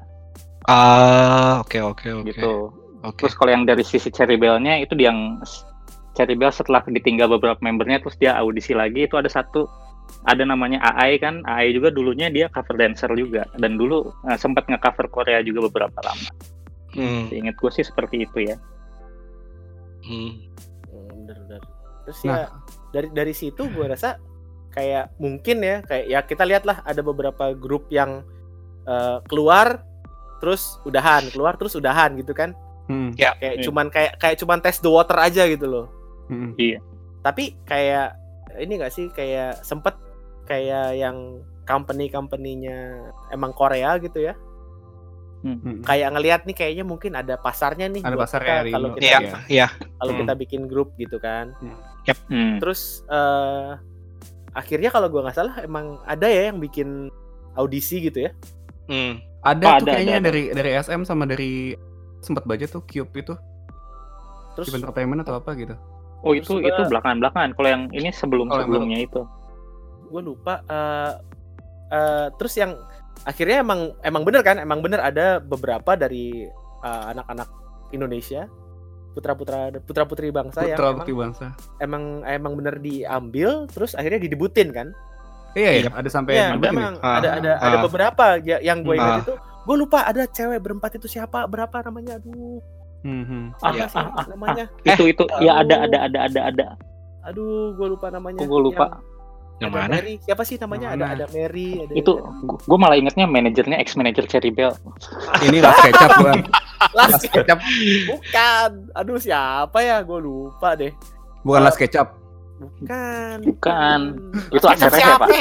Oke. gitu. Oke. Terus kalau yang dari sisi Cherry Bell-nya itu yang Cherry Bell setelah ditinggal beberapa membernya terus dia audisi lagi itu ada namanya AI kan. AI juga dulunya dia cover dancer juga dan dulu sempat nge-cover Korea juga beberapa lama. Ingat gue sih seperti itu ya. Bener. Terus Nah. ya dari situ gue rasa kayak mungkin ya kayak ya kita lihatlah ada beberapa grup yang keluar terus udahan gitu kan. Ya. Kayak cuman test the water aja gitu loh. Iya. Tapi kayak ini nggak sih kayak sempet kayak yang company-nya emang Korea gitu ya. Kayak ngelihat nih kayaknya mungkin ada pasarnya nih Ada buat pasarnya kita kalau kita kalau kita bikin grup gitu kan. Terus akhirnya kalau gua nggak salah emang ada ya yang bikin audisi gitu ya. Ada tuh kayaknya dari SM sama dari sempat baca tuh Cube itu. Terus Entertainment atau apa gitu. Oh itu belakangan. Kalau yang ini sebelumnya itu. Gue lupa. Terus yang akhirnya emang bener kan? Emang bener ada beberapa dari anak-anak Indonesia, putra-putri bangsa emang bener diambil, terus akhirnya didebutin kan? Iya, ada sampai memang ada beberapa yang gue ingat itu. Gue lupa ada cewek berempat itu siapa? Berapa namanya? Aduh. Apa sih namanya? Itu ya ada. Aduh, gue lupa namanya. Gue lupa. Yang mana? Mary. Siapa sih namanya? Ada Mary. Itu gue malah ingatnya manajernya ex-manajer Cherry Bell. Ini Las Ketchup bukan? Las Ketchup. Bukan. Aduh, siapa ya? Gue lupa deh. Bukan Las Ketchup. Bukan. Itu acaranya Pak.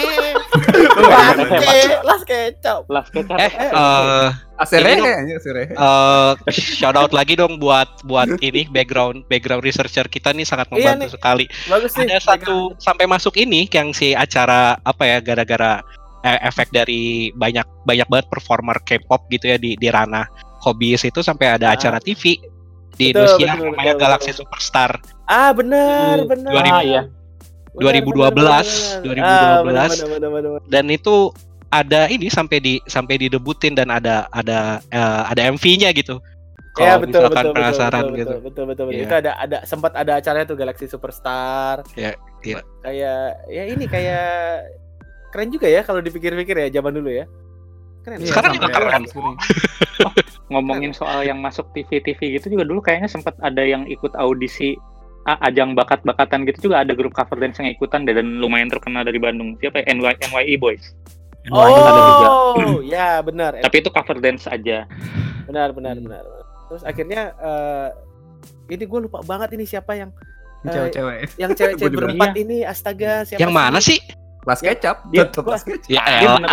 Las Ketchup. Shout out lagi dong buat ini background researcher kita nih sangat membantu sekali. Bagus nih. Ada satu sampai masuk ini yang si acara apa ya gara-gara efek dari banyak banget performer K-pop gitu ya di ranah hobis itu sampai ada acara TV di Indonesia namanya Galaxy Superstar. Benar. 2012. Dan itu ada ini sampai didebutin dan ada MV-nya gitu. Kalau misalkan penasaran gitu. Betul. Itu ada sempat ada acaranya tuh Galaxy Superstar. Ya. Kayak ya ini kayak keren juga ya kalau dipikir-pikir ya zaman dulu ya. Keren. Sekarang juga keren. Ngomongin soal yang masuk TV gitu juga dulu kayaknya sempat ada yang ikut audisi ajang bakat-bakatan gitu juga ada grup cover dance yang ikutan dan lumayan terkenal dari Bandung. Siapa ya? NYE Boys. Ada juga. Ya benar. Tapi itu cover dance aja. Benar. Terus akhirnya ini gue lupa banget ini siapa yang cewek-cewek. Yang cewek-cewek berempat ini astaga siapa? Yang mana sih? Las Ketchup. Las Ketchup. Ya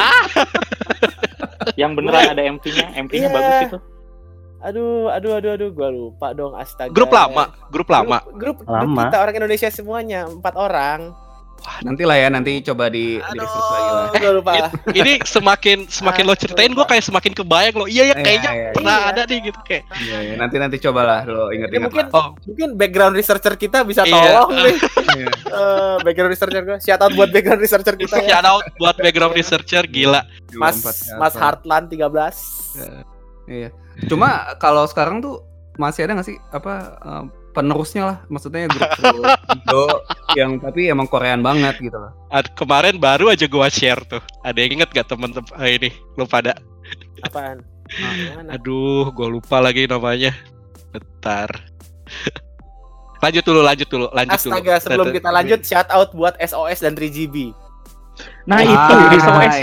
yang beneran ada MV-nya bagus itu. Aduh, gua lupa dong astaga. Grup lama. Grup kita orang Indonesia semuanya 4 orang. Wah, nanti coba di research lagi lah. Gua lupa. Ini semakin lo ceritain gue kayak semakin kebayang lo. Iya kayaknya pernah ada nih gitu kayak. Iya, nanti cobalah lo ingat-ingat. Mungkin background researcher kita bisa tolong nih. Background researcher gue. Shout out buat background researcher kita ya. Shout out buat background researcher gila. Mas Heartland 13. Iya. Cuma kalau sekarang tuh masih ada nggak sih penerusnya lah, maksudnya grup Indo yang tapi emang Korean banget gitu loh. Kemarin baru aja gua share tuh. Ada yang inget gak temen-temen ini? Lu pada? Apaan? Aduh, gua lupa lagi namanya. Bentar. Lanjut dulu. Astaga, sebelum kita lanjut, shout out buat SOS dan 3GB. Nah itu SOS.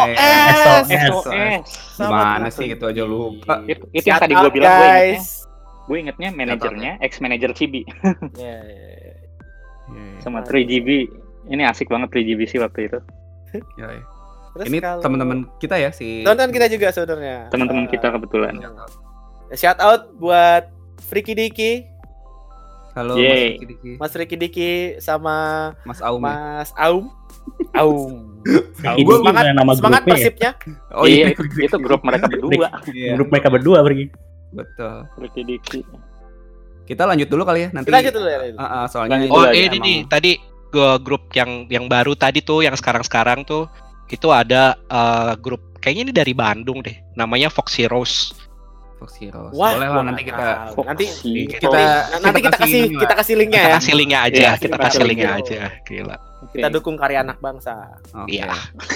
Gimana sih itu aja lupa. Itu yang tadi gue bilang gue ingetnya manajernya ex-manajer Cibi. Sama 3GB. Ini asik banget 3GB sih waktu itu. Ini teman-teman kita ya si. Teman-teman kita juga sebenarnya. Teman-teman kita kebetulan. Shout out buat Friki Diki. Halo Mas Friki Diki sama Mas Aum. Semangat Persibnya. Oh iya, itu grup mereka berdua. Grup mereka berdua pergi. Betul. Diki. Kita lanjut dulu kali ya nanti. Lanjut dulu ya. Soalnya ini nih tadi grup yang baru tadi tuh yang sekarang tuh itu ada grup kayaknya ini dari Bandung deh. Namanya Foxy Rose. Wah, boleh lah nanti kita kasih linknya ya. Kita kasih linknya aja. Gila. Kita dukung karya anak bangsa. Iya.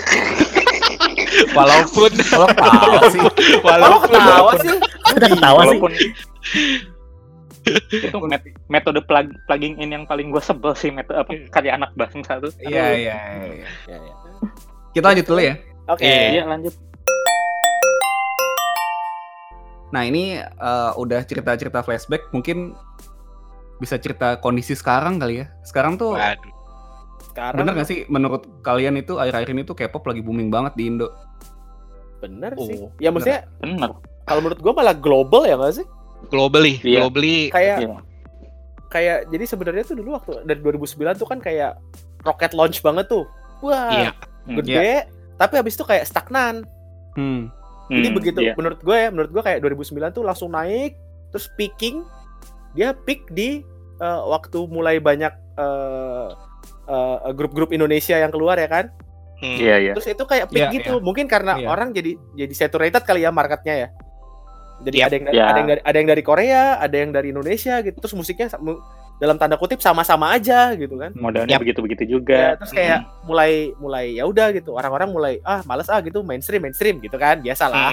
Walaupun ketawa sih. Itu metode plugging in yang paling gue sebel sih, karya anak bangsa tuh. Iya. Kita lanjut dulu ya. Oke. Iya, lanjut. Nah ini udah cerita-cerita flashback, mungkin bisa cerita kondisi sekarang kali ya. Sekarang tuh Waduh. Sekarang bener gak sih menurut kalian itu akhir-akhir ini tuh K-pop lagi booming banget di Indo? bener sih. Oh, Ya maksudnya Bener. kalau menurut gua malah global ya nggak sih? Globally, Iya. Kayak Iya. kayak jadi sebenarnya tuh dulu waktu dari 2009 tuh kan kayak rocket launch banget tuh. Wah, Iya. gede. Tapi habis itu kayak stagnan. Jadi begitu Iya. menurut gue kayak 2009 tuh langsung naik terus peaking. Dia peak di waktu mulai banyak grup-grup Indonesia yang keluar ya kan. Iya. Terus itu kayak peak Iya, gitu. Mungkin karena Iya. orang jadi saturated kali ya marketnya ya. Jadi Yap. ada yang dari Korea, ada yang dari Indonesia gitu. Terus musiknya dalam tanda kutip sama-sama aja gitu kan. Modalnya Yap. begitu-begitu Ya, juga. terus kayak mulai ya udah gitu. Orang-orang mulai males gitu mainstream gitu kan. Biasalah.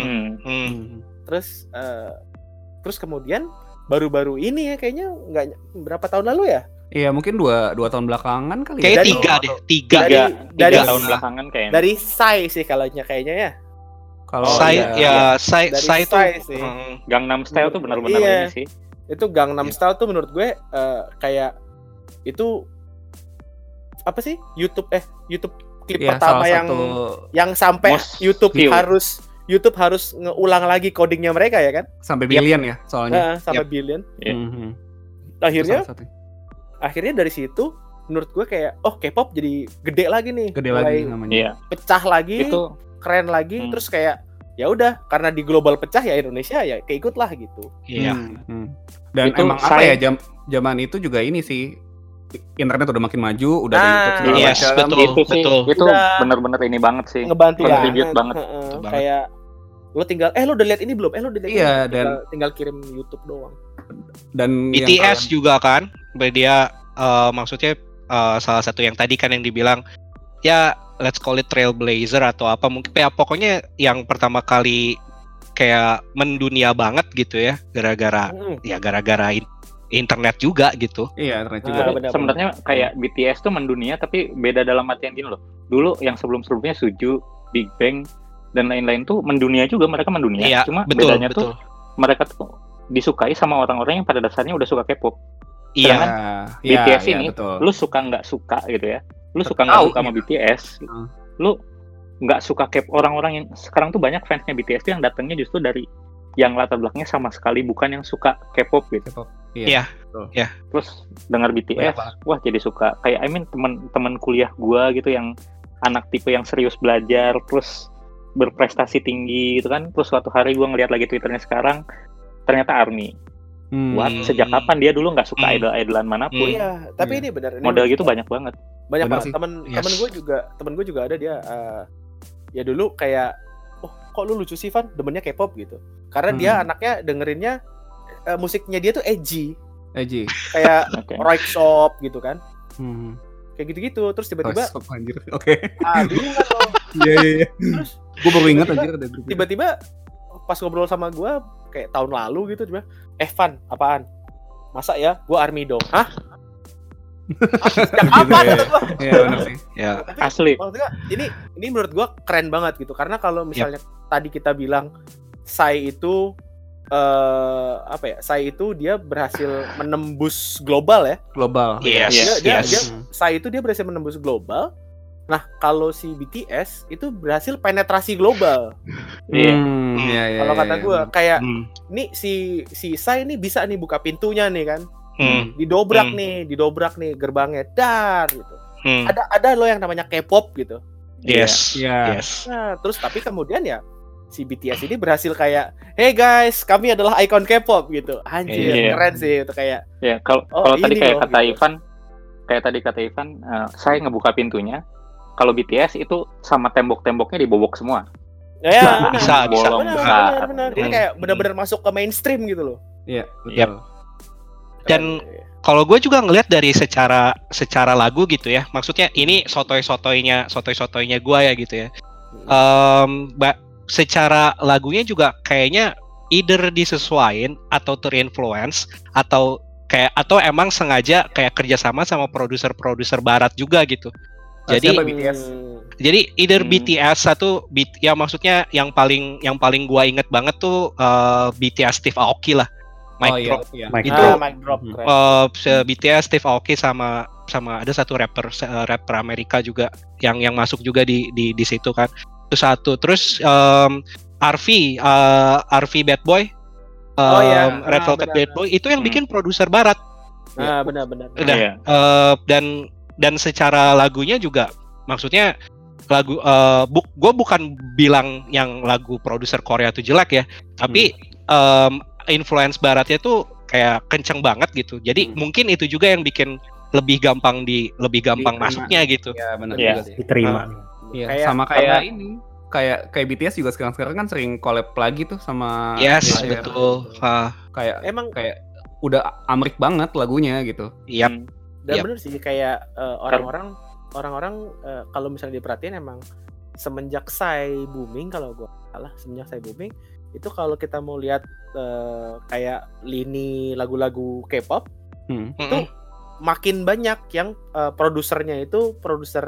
Terus kemudian baru-baru ini ya kayaknya nggak berapa tahun lalu ya. Iya mungkin 2 tahun belakangan kali ya. Kayak Dari- 3 deh, 3. Dari 3 tahun belakangan kayaknya. dari Psy sih kayaknya ya. Kalau Saya Dari saya itu Psy sih. Gangnam Style tuh benar-benar Iya. ini sih. Itu Gangnam Iya. Style tuh menurut gue kayak itu apa sih YouTube klip Iya, pertama salah yang satu yang sampai Most YouTube view. harus ngeulang lagi codingnya mereka ya kan. sampai billion ya soalnya. Sampai billion. Iya. Akhirnya Salah satu. akhirnya dari situ menurut gue kayak K-pop jadi gede lagi nih. Gede Mulai lagi namanya. Iya. pecah lagi, Itu keren lagi, terus kayak ya udah karena di global pecah ya Indonesia ya keikut lah gitu. Iya. Dan Itu emang apa saya- ya zaman itu juga ini sih internet udah makin maju, udah ada Nah, YouTube segala yes, macam. betul. itu sih, itu Udah. benar-benar ini banget sih. Ngebantu Contribute banget. banget. Heeh, Betul banget. kayak lo tinggal lo udah lihat ini belum? Lo udah lihat Iya, ini? tinggal kirim YouTube doang. Dan yang BTS juga kan, dia maksudnya salah satu yang tadi kan yang dibilang ya let's call it trailblazer atau apa mungkin ya pokoknya yang pertama kali kayak mendunia banget gitu ya gara-gara internet juga gitu. Iya, internet Ah, juga. benar. Sebenarnya kayak BTS tuh mendunia tapi beda dalam artian gini loh. Dulu yang sebelum-sebelumnya Suju, Big Bang dan lain-lain tuh mendunia juga, mereka mendunia. Iya, Cuma betul, bedanya betul. tuh mereka tuh disukai sama orang-orang yang pada dasarnya udah suka K-pop. Iya. Sedangkan Iya, BTS iya, ini, betul. lu suka nggak suka gitu ya. Lu suka nggak Tahu, suka sama iya. BTS, Hmm. lu nggak suka K-pop. Orang-orang yang sekarang tuh banyak fansnya BTS tuh yang datangnya justru dari yang latar belakangnya sama sekali bukan yang suka K-pop gitu. K-pop. Iya. Terus dengar BTS, Banyak banget. wah jadi suka. Kayak teman kuliah gua gitu yang anak tipe yang serius belajar, terus berprestasi tinggi gitu kan. Terus suatu hari gua ngeliat lagi Twitternya sekarang, ternyata ARMY. What? Sejak kapan dia dulu nggak suka idol-idolan manapun? Iya, tapi Iya. ini benar. Ini Model gitu banyak banget. banyak Benar banget. sih. Temen Yes. gue juga ada dia ya dulu kayak kok lu lucu sih Van demennya K-pop gitu. Karena dia anaknya dengerinnya musiknya dia tuh edgy Eji. kayak Oke. Roixop gitu kan. Hmm. Kayak gitu-gitu terus tiba-tiba Stop, anjir. Oke. bingung kan lo. Iya. Terus Gue baru ingat tiba-tiba- anjir ada grup. tiba-tiba pas ngobrol sama gue kayak tahun lalu gitu dia Van apaan masa ya gue ARMY dong hah sejak Gitu kapan ya. kata gue Iya, benar sih. Ya. tapi Asli. maksudnya ini menurut gue keren banget gitu karena kalau misalnya tadi kita bilang Psy itu Psy itu dia berhasil menembus global ya Global. Yes. dia Yes. Psy itu dia berhasil menembus global. Nah, kalau si BTS itu berhasil penetrasi global. Iya. Iya, iya. Kalau kata gue kayak Hmm. nih si Psy ini bisa nih buka pintunya nih kan. Hmm. Didobrak Hmm. nih gerbangnya dar gitu. Hmm. Ada lo yang namanya K-pop gitu. Yes. Iya. Yes. Nah, terus tapi kemudian ya si BTS ini berhasil kayak, "Hey guys, kami adalah ikon K-pop" gitu. Anjir, Iya. keren sih itu kayak. Ya, kalau ini tadi kayak loh, kata gitu. Ivan, saya ngebuka pintunya. Kalau BTS itu sama tembok-temboknya dibobok semua. Ya, Bisa, bisa. Bolong besar. benar. Ini Hmm. kayak benar-benar masuk ke mainstream gitu loh. Iya, betul. Yap. Dan kalau gue juga ngelihat dari secara lagu gitu ya, maksudnya ini sotoy-sotoynya gue ya gitu ya. Secara lagunya juga kayaknya either disesuaiin atau terinfluence atau emang sengaja kayak kerjasama sama produser-produser barat juga gitu. Jadi Siapa BTS? Jadi either BTS ya maksudnya yang paling gua inget banget tuh BTS Steve Aoki lah. Mic Drop. Iya. Mic Itu Drop. Mic Drop. Keren. BTS Steve Aoki sama ada satu rapper Amerika juga yang masuk juga di situ kan. Itu satu. Terus RV Bad Boy. Red Velvet Bad Boy itu yang bikin produser barat. Benar. Udah. Dan secara lagunya juga maksudnya lagu gue bukan bilang yang lagu produser Korea itu jelek ya, tapi influence baratnya tuh kayak kenceng banget gitu. Jadi mungkin itu juga yang bikin lebih gampang masuknya gitu. Iya, benar Iya. juga sih. Diterima. Iya, Kayak- sama kayak ini. Kayak BTS juga sekarang kan sering collab lagi tuh sama Yes, Air. betul. Kayak Emang udah amrik banget lagunya gitu. Yap. dan Yap. bener sih kayak orang-orang kalau misalnya diperhatiin emang semenjak Psy booming, kalau gua salah semenjak Psy booming itu kalau kita mau lihat kayak lini lagu-lagu K-pop itu makin banyak yang produsernya itu produser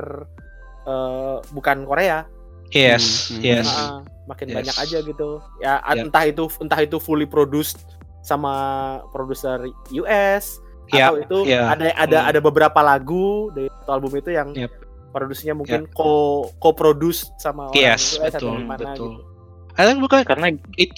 bukan Korea. Yes. Makin Yes. banyak aja gitu ya. Yep. Entah itu fully produced sama produser US Yep. atau itu ada beberapa lagu dari satu album itu yang Yep. produksinya mungkin co-produce sama orang Yes, US atau betul, gimana betul. gitu. Bukan Karena itu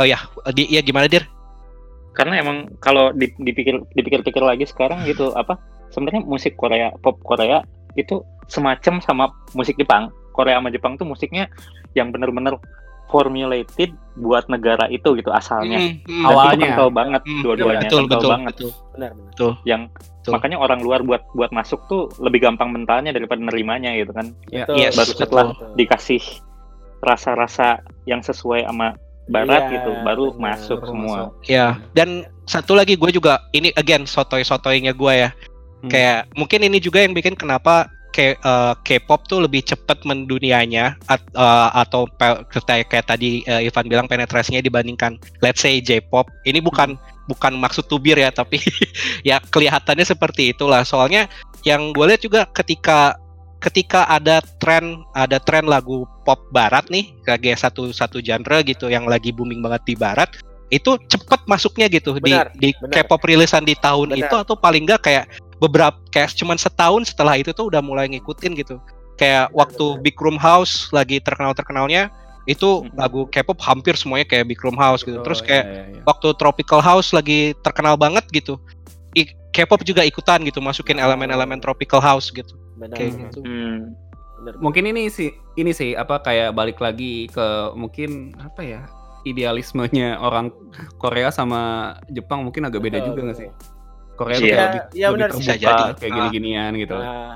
gimana Dir? karena emang kalau dipikir-pikir lagi sekarang gitu, sebenarnya musik Korea, pop Korea itu semacam sama musik Jepang. Korea sama Jepang tuh musiknya yang benar-benar formulated buat negara itu gitu asalnya. Dan itu Awalnya. kental banget dua-duanya, kental banget. Benar. Yang Betul. makanya orang luar buat masuk tuh lebih gampang mentalnya daripada nerimanya gitu kan. Iya. Betul. Yes, Baru setelah betul. dikasih rasa-rasa yang sesuai sama barat Iya, gitu, baru benar. masuk Baru semua. Ya, dan satu lagi gue juga ini again sotoy-sotoynya gue ya. Kayak mungkin ini juga yang bikin kenapa K-pop tuh lebih cepat mendunianya atau kayak tadi Ivan bilang penetrasinya dibandingkan let's say J-pop. Ini bukan maksud tubir ya, tapi ya kelihatannya seperti itulah. Soalnya yang gue lihat juga ketika ada tren lagu pop barat nih, kayak satu genre gitu yang lagi booming banget di barat, itu cepet masuknya gitu. Benar, di benar. K-pop rilisan di tahun Benar. itu, atau paling enggak kayak kayak cuman setahun setelah itu tuh udah mulai ngikutin gitu. Kayak waktu benar. Big Room House lagi terkenalnya itu lagu K-pop hampir semuanya kayak Big Room House gitu. Terus kayak waktu Tropical House lagi terkenal banget gitu, K-pop juga ikutan gitu, masukin elemen-elemen Tropical House gitu. Benar. Kayak benar. gitu. Benar. Mungkin ini sih kayak balik lagi ke mungkin idealismenya orang Korea sama Jepang mungkin agak beda Betul, juga nggak betul. sih? Korea Iya. tuh kayak Iya, lebih benar. terbuka, Bisa jadi. kayak gini-ginian gitu.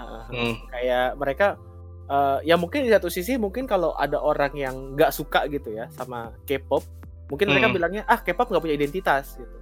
Kayak mereka ya mungkin di satu sisi mungkin kalau ada orang yang nggak suka gitu ya sama K-pop, mungkin mereka bilangnya K-pop nggak punya identitas gitu.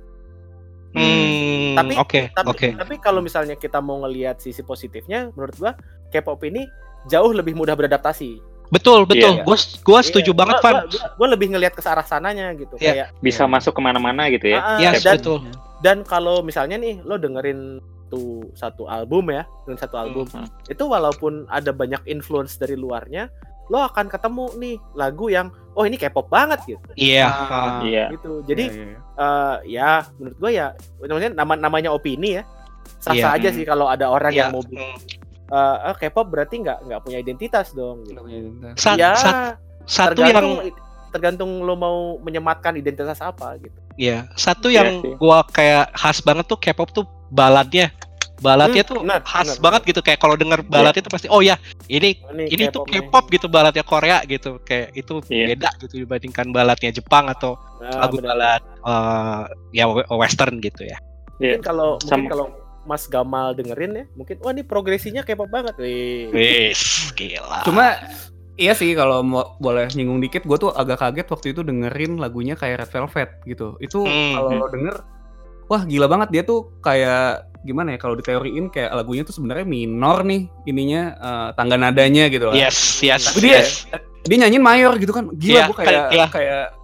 Tapi kalau misalnya kita mau ngelihat sisi positifnya, menurut gua K-pop ini jauh lebih mudah beradaptasi. Betul. Iya. Gua setuju banget, Van. Gua lebih ngelihat ke arah sananya gitu. Iya. Kayak Bisa masuk kemana-mana gitu ya. Yes, betul. Dan kalau misalnya nih lo dengerin satu album ya, dengan satu album itu walaupun ada banyak influence dari luarnya, lo akan ketemu nih lagu yang ini K-pop banget gitu. Iya. Iya. Gitu. Jadi Iya. ya menurut gua ya namanya opini ya. Iya. Sah-sah aja sih kalau ada orang Iya. yang mau K-pop berarti nggak punya identitas dong gitu. Satu yang tergantung lo mau menyematkan identitas apa gitu. ya, satu Iya yang sih. gua kayak khas banget tuh K-pop tuh baladnya tuh benar, khas benar. banget gitu. Kayak kalau denger baladnya tuh pasti ini tuh K-pop gitu, baladnya Korea gitu. Kayak itu Iya. beda gitu dibandingkan baladnya Jepang atau lagu benar. balad western gitu ya. Mungkin kalau Sama- Mas Gamal dengerin ya, mungkin ini progresinya K-pop banget. Wis, gila. Cuma iya sih kalau boleh nyinggung dikit, gue tuh agak kaget waktu itu dengerin lagunya kayak Red Velvet gitu. Itu kalau lo denger, wah gila banget, dia tuh kayak gimana ya, kalau diteoriin kayak lagunya tuh sebenarnya minor nih ininya, tangga nadanya gitu lah. Yes. Tapi dia nyanyiin mayor gitu kan. Gila, Iya, gue iya. kayak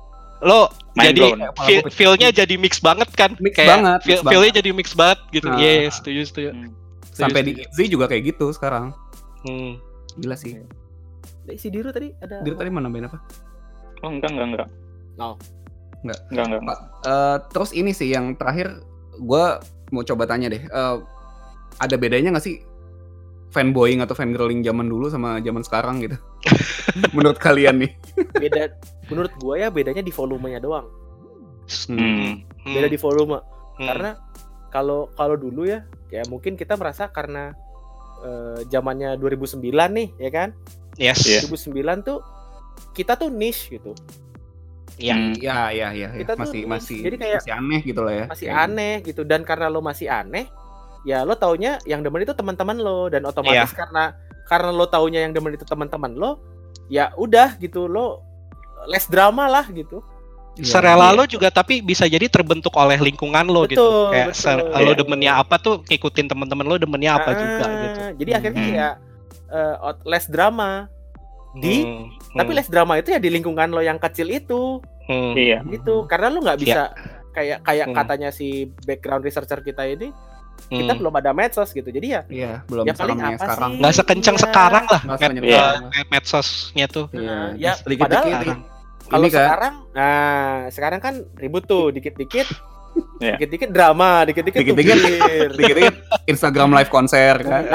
lo Mind jadi blown. feel-nya jadi mix banget kan? Mix Kayak banget, mix feel-nya jadi mix banget gitu. Nah. Yes, setuju. Sampai di ITZY juga kayak gitu sekarang. Hmm. Gila sih. Si Diru tadi ada. Dia tadi mau nambahin apa? Oh, enggak. Oh. Enggak. Terus ini sih yang terakhir gue mau coba tanya deh. Ada bedanya nggak sih fanboying atau fangirling zaman dulu sama zaman sekarang gitu? Menurut kalian nih? Menurut gua ya bedanya di volumenya doang. Beda di Hmm. volume. Karena kalau dulu ya mungkin kita merasa karena zamannya 2009 nih ya kan. Yes. Iya. 2009 tuh kita tuh niche gitu. Iya. Kita tuh Masih jadi kayak masih aneh gitu lah ya. Masih Kayak aneh gitu, dan karena lo masih aneh, ya lo taunya yang demen itu teman-teman lo, dan otomatis karena lo taunya yang demen itu teman-teman lo, ya udah gitu, lo less drama lah gitu. Serela lo juga tapi bisa jadi terbentuk oleh lingkungan lo gitu. Kayak lo demennya apa tuh ngikutin teman-teman lo demennya apa juga gitu. Jadi akhirnya ya less drama. Tapi less drama itu ya di lingkungan lo yang kecil itu. Iya. Gitu. Karena lo nggak bisa kayak katanya si background researcher kita ini, kita belum ada medsos gitu. Jadi ya belum ya paling apa sekarang. sih? Nggak sekencang sekarang lah Medsosnya tuh. Ya sedikit-sedikit. Kalau Kan? sekarang kan ribut tuh dikit-dikit. Iya. Dikit-dikit drama, dikit-dikit Dikit-dikit Instagram live konser kan.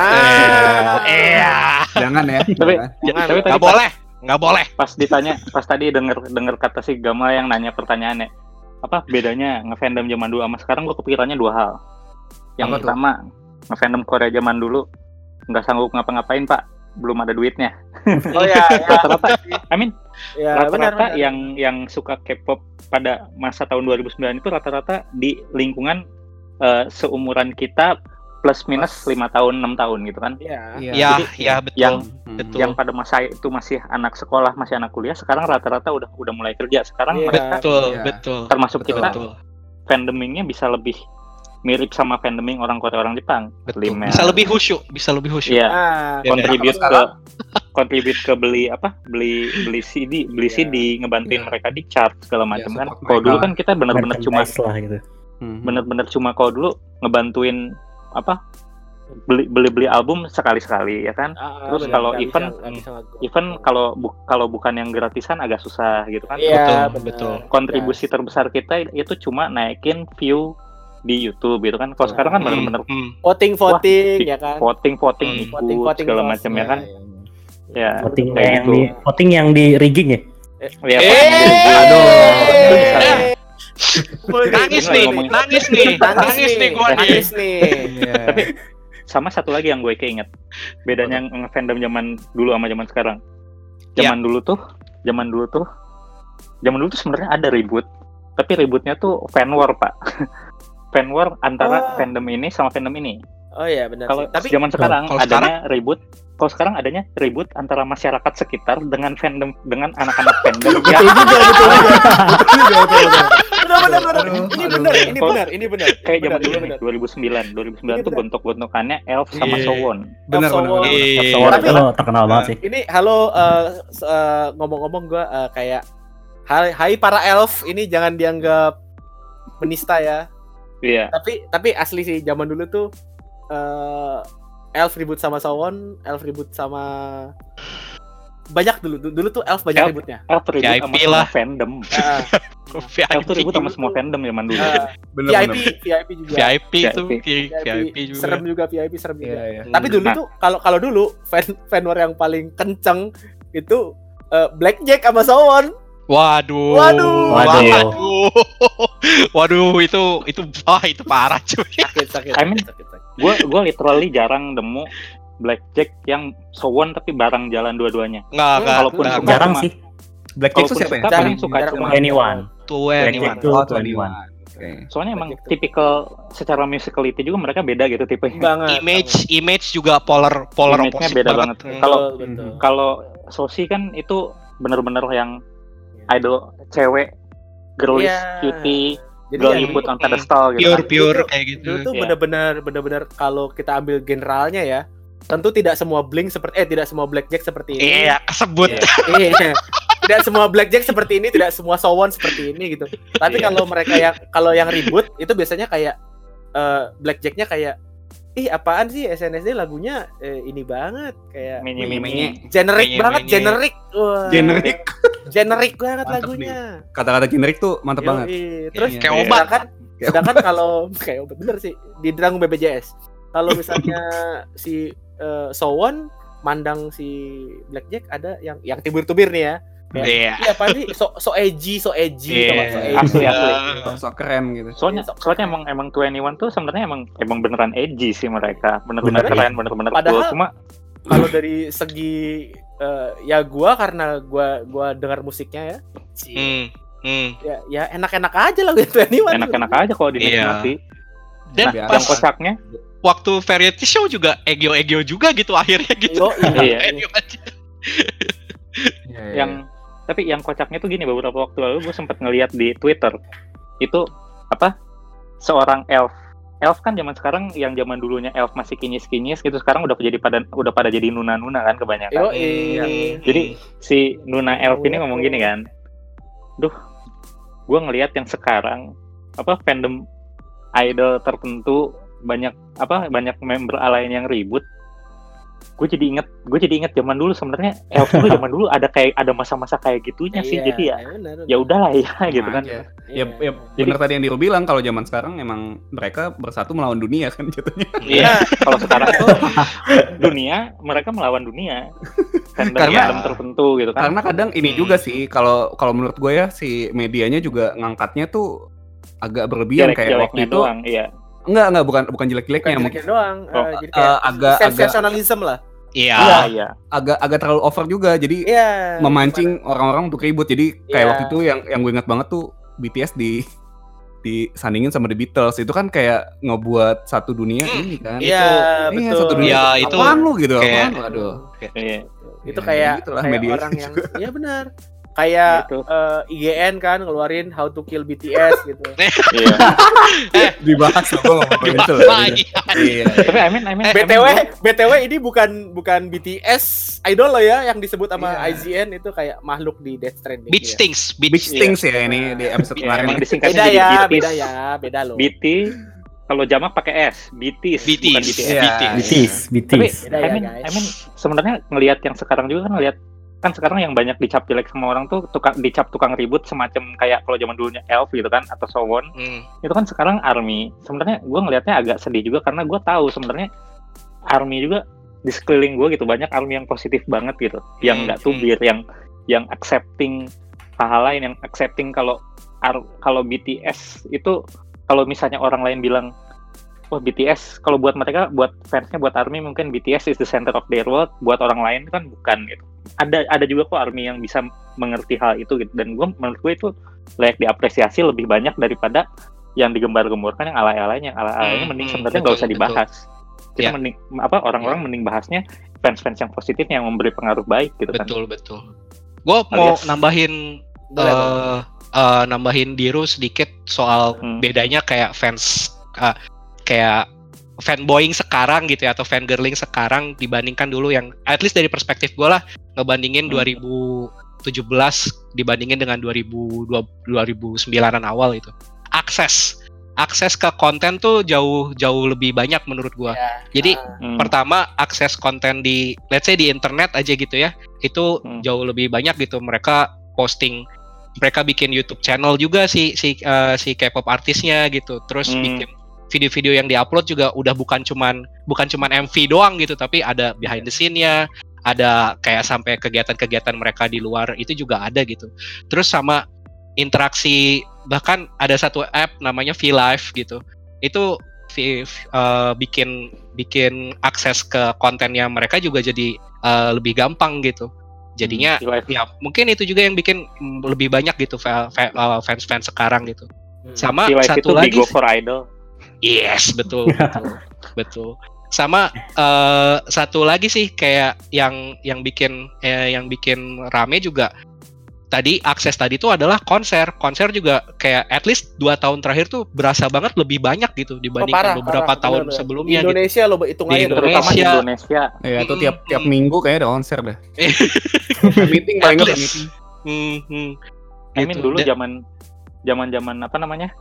Jangan ya. Tapi nggak boleh. Pas tadi denger kata si Gamal yang nanya pertanyaannya, apa bedanya ngefandom zaman dulu sama sekarang, gue kepikirannya dua hal. Yang pertama, ngefandom Korea zaman dulu nggak sanggup ngapa-ngapain, Pak, belum ada duitnya. Oh ya. Rata-rata, benar. yang suka K-pop pada masa tahun 2009 itu rata-rata di lingkungan seumuran kita plus minus 5 tahun 6 tahun gitu kan. Iya, betul. Yang pada masa itu masih anak sekolah, masih anak kuliah, sekarang rata-rata udah mulai kerja. Sekarang mereka betul. termasuk kita fandomingnya bisa lebih mirip sama fandoming orang Korea, orang Jepang. Betul. Bisa lebih khusyuk. Iya. Contribute ke beli CD, ngebantuin mereka di chart segala macam kan. Kalau dulu kan kita benar-benar cuma kalau dulu ngebantuin beli album sekali-sekali ya kan. Terus kalau event kalau bukan yang gratisan agak susah gitu kan. Betul. Kontribusi terbesar kita itu cuma naikin view di YouTube gitu kan. Kalau sekarang kan benar-benar voting ya kan. Voting ikut segala macam ya kan. Ya. Voting yang di rigging ya. Nangis nih gua nih. Tapi sama satu lagi yang gue keinget, bedanya ngefandom zaman dulu sama zaman sekarang. Zaman dulu tuh sebenarnya ada ribut, tapi ributnya tuh fan war, Pak. Fan war antara fandom ini sama fandom ini. Oh iya benar. Kalau zaman sekarang adanya ribut antara masyarakat sekitar dengan anak-anak fandom. Betul. Benar. Ini benar. Kayak zaman dulu nih, 2009 tuh gontok-gontokannya Elf sama Sowon. Benar. Itu terkenal banget sih. Ini ngomong-ngomong gue kayak hai para elf, ini jangan dianggap penista ya. Iya. Tapi asli sih zaman dulu tuh elf ribut sama Sowon, elf ribut sama banyak dulu tuh elf banyak ributnya. Elf ribut sama semua fandom. Elf tuh ribut sama semua fandom zaman dulu. VIP juga. VIP juga. Serem juga. Tapi dulu tuh kalau dulu fan war yang paling kenceng itu Blackjack sama Sowon. Waduh, itu parah cuy. Sakit. Gue literally jarang nemu Blackjack yang Sowon tapi bareng jalan dua-duanya. Kalaupun jarang sih. Blackjack itu siapa ya? Paling suka cuma Anyone. Soalnya emang tipikal secara musicality juga mereka beda gitu tipe. Image juga polar image-nya beda banget. Kalau Sosi kan itu bener-bener yang idol cewek, girlish, cutie, girl you put on pedestal gitu. Pure kayak gitu. Itu tuh bener-bener kalau kita ambil generalnya ya, tentu tidak semua Blink tidak semua Blackjack seperti ini. Iya, kesebut. Iya. tidak semua Blackjack seperti ini, tidak semua Sowon seperti ini gitu. Tapi kalau yang ribut itu biasanya kayak Blackjacknya kayak apaan sih SNSD lagunya ini banget kayak Mini generik banget, Menye. generik. Wah. Generik banget Mantep lagunya. Kata-kata generik tuh mantep Yoi. banget. Terus Iya. Kayak obat. sedangkan kalau kayak obat bener sih di Dranggung BPJS. Kalau misalnya si Sowon mandang si Blackjack ada yang tubir-tubir nih ya. Kayak, Iya. iya apa sih so edgy Iya. Asli. Sok keren gitu. Soalnya emang 21 tuh sebenarnya emang beneran edgy sih mereka. Bener-bener Bener, keren, bener-bener Padahal- cool. Cuma kalau dari segi ya karena gua dengar musiknya ya ya enak-enak aja lah gitu Anyone. enak-enak aja kalau dinikmati. Dan Nah, pas Yang kocaknya, waktu variety show juga egyo juga gitu akhirnya gitu. Iya. Egyo aja. tapi yang kocaknya tuh gini, beberapa waktu lalu gue sempat ngeliat di Twitter itu seorang elf kan zaman sekarang, yang zaman dulunya elf masih kinyis gitu, sekarang udah pada jadi nuna kan kebanyakan. Jadi si nuna elf ini ngomong gini kan, gue ngelihat yang sekarang fandom idol tertentu banyak member lain yang ribut. Gue jadi inget zaman dulu, sebenarnya elf dulu zaman dulu ada masa-masa kayak gitunya sih. Jadi ya udahlah ya gitu kan. Ya bener tadi yang Diro bilang, kalau zaman sekarang emang mereka bersatu melawan dunia kan jatuhnya. Iya, kalau sekarang tuh mereka melawan dunia. Fandom tertentu gitu kan. Karena kadang ini juga sih, kalau menurut gue ya, si medianya juga ngangkatnya tuh agak berlebihan kayak waktu itu. Doang, iya. Enggak, bukan jelek-jeleknya, Jelek doang. Jadi agak sensasionalisme lah. Iya. agak terlalu over juga, jadi memancing orang-orang untuk ribut. Jadi kayak waktu itu yang gue ingat banget tuh, BTS disandingin sama The Beatles. Itu kan kayak ngebuat satu dunia ini kan. Iya, betul. Satu dunia. Iya, itu apaan lu gitu, kayak- apaan lu, aduh. Iya. Itu Ya, kayak gitulah kayak media orang yang juga. iya benar. Kayak Gitu. IGN kan ngeluarin How to Kill BTS gitu. Iya. Dibahas loh, gue ngomongin itu loh. Lagi. Iya. Tapi I mean BTW ini bukan BTS idol loh ya yang disebut sama Iya. IGN, itu kayak makhluk di Death Stranding. Beach ya. Stings, Big Stings ya ini di episode Iya, kemarin. emang disingkatnya Beda jadi ya, BTS. beda loh. BT kalau jamak pakai S, BTS, bukan BTS. Iya. Tapi Beda ya, guys. I mean sebenarnya ngelihat yang sekarang juga kan sekarang yang banyak dicap jelek sama orang tuh dicap tukang ribut, semacam kayak kalau zaman dulunya Elf gitu kan, atau Sowon. Itu kan sekarang ARMY. Sebenarnya gue ngelihatnya agak sedih juga, karena gue tahu sebenarnya ARMY juga di sekeliling gue gitu banyak ARMY yang positif banget gitu, yang nggak tubir, yang accepting hal lain, yang accepting kalau BTS itu, kalau misalnya orang lain bilang wah BTS, kalau buat mereka, buat fansnya, buat ARMY mungkin BTS is the center of their world, buat orang lain kan bukan gitu. Ada juga kok ARMY yang bisa mengerti hal itu gitu, dan menurut gue itu layak diapresiasi lebih banyak daripada yang digembar-gemborkan yang alay-alaynya. Alay-alaynya mending sebenarnya nggak usah dibahas. Kita mending orang-orang mending bahasnya fans-fans yang positif yang memberi pengaruh baik gitu kan. Betul. Gue mau nambahin Diro sedikit soal bedanya kayak fans kayak fanboying sekarang gitu ya, atau fangirling sekarang dibandingkan dulu, yang at least dari perspektif gue lah, ngebandingin 2017 dibandingin dengan 2009an awal itu. Akses ke konten tuh jauh lebih banyak menurut gue. Jadi pertama, akses konten di let's say di internet aja gitu ya, itu jauh lebih banyak gitu. Mereka posting, mereka bikin YouTube channel juga si K-pop artisnya gitu. Terus bikin video-video yang diupload juga udah bukan cuman MV doang gitu, tapi ada behind the scene-nya, ada kayak sampai kegiatan-kegiatan mereka di luar itu juga ada gitu. Terus sama interaksi, bahkan ada satu app namanya V-Live gitu. Itu bikin akses ke kontennya mereka juga jadi lebih gampang gitu. Jadinya ya mungkin itu juga yang bikin lebih banyak gitu fans-fans sekarang gitu. Sama satu lagi, Bigo for Idol. Yes, betul. Sama satu lagi sih kayak yang bikin rame juga tadi, akses tadi itu adalah konser juga kayak at least 2 tahun terakhir tuh berasa banget lebih banyak gitu dibandingkan beberapa tahun sebelumnya. Indonesia gitu. Lo hitung aja terutama Indonesia. Ya itu tiap minggu kayak ada konser dah. Meeting paling nggak meeting. I mean dulu zaman apa namanya?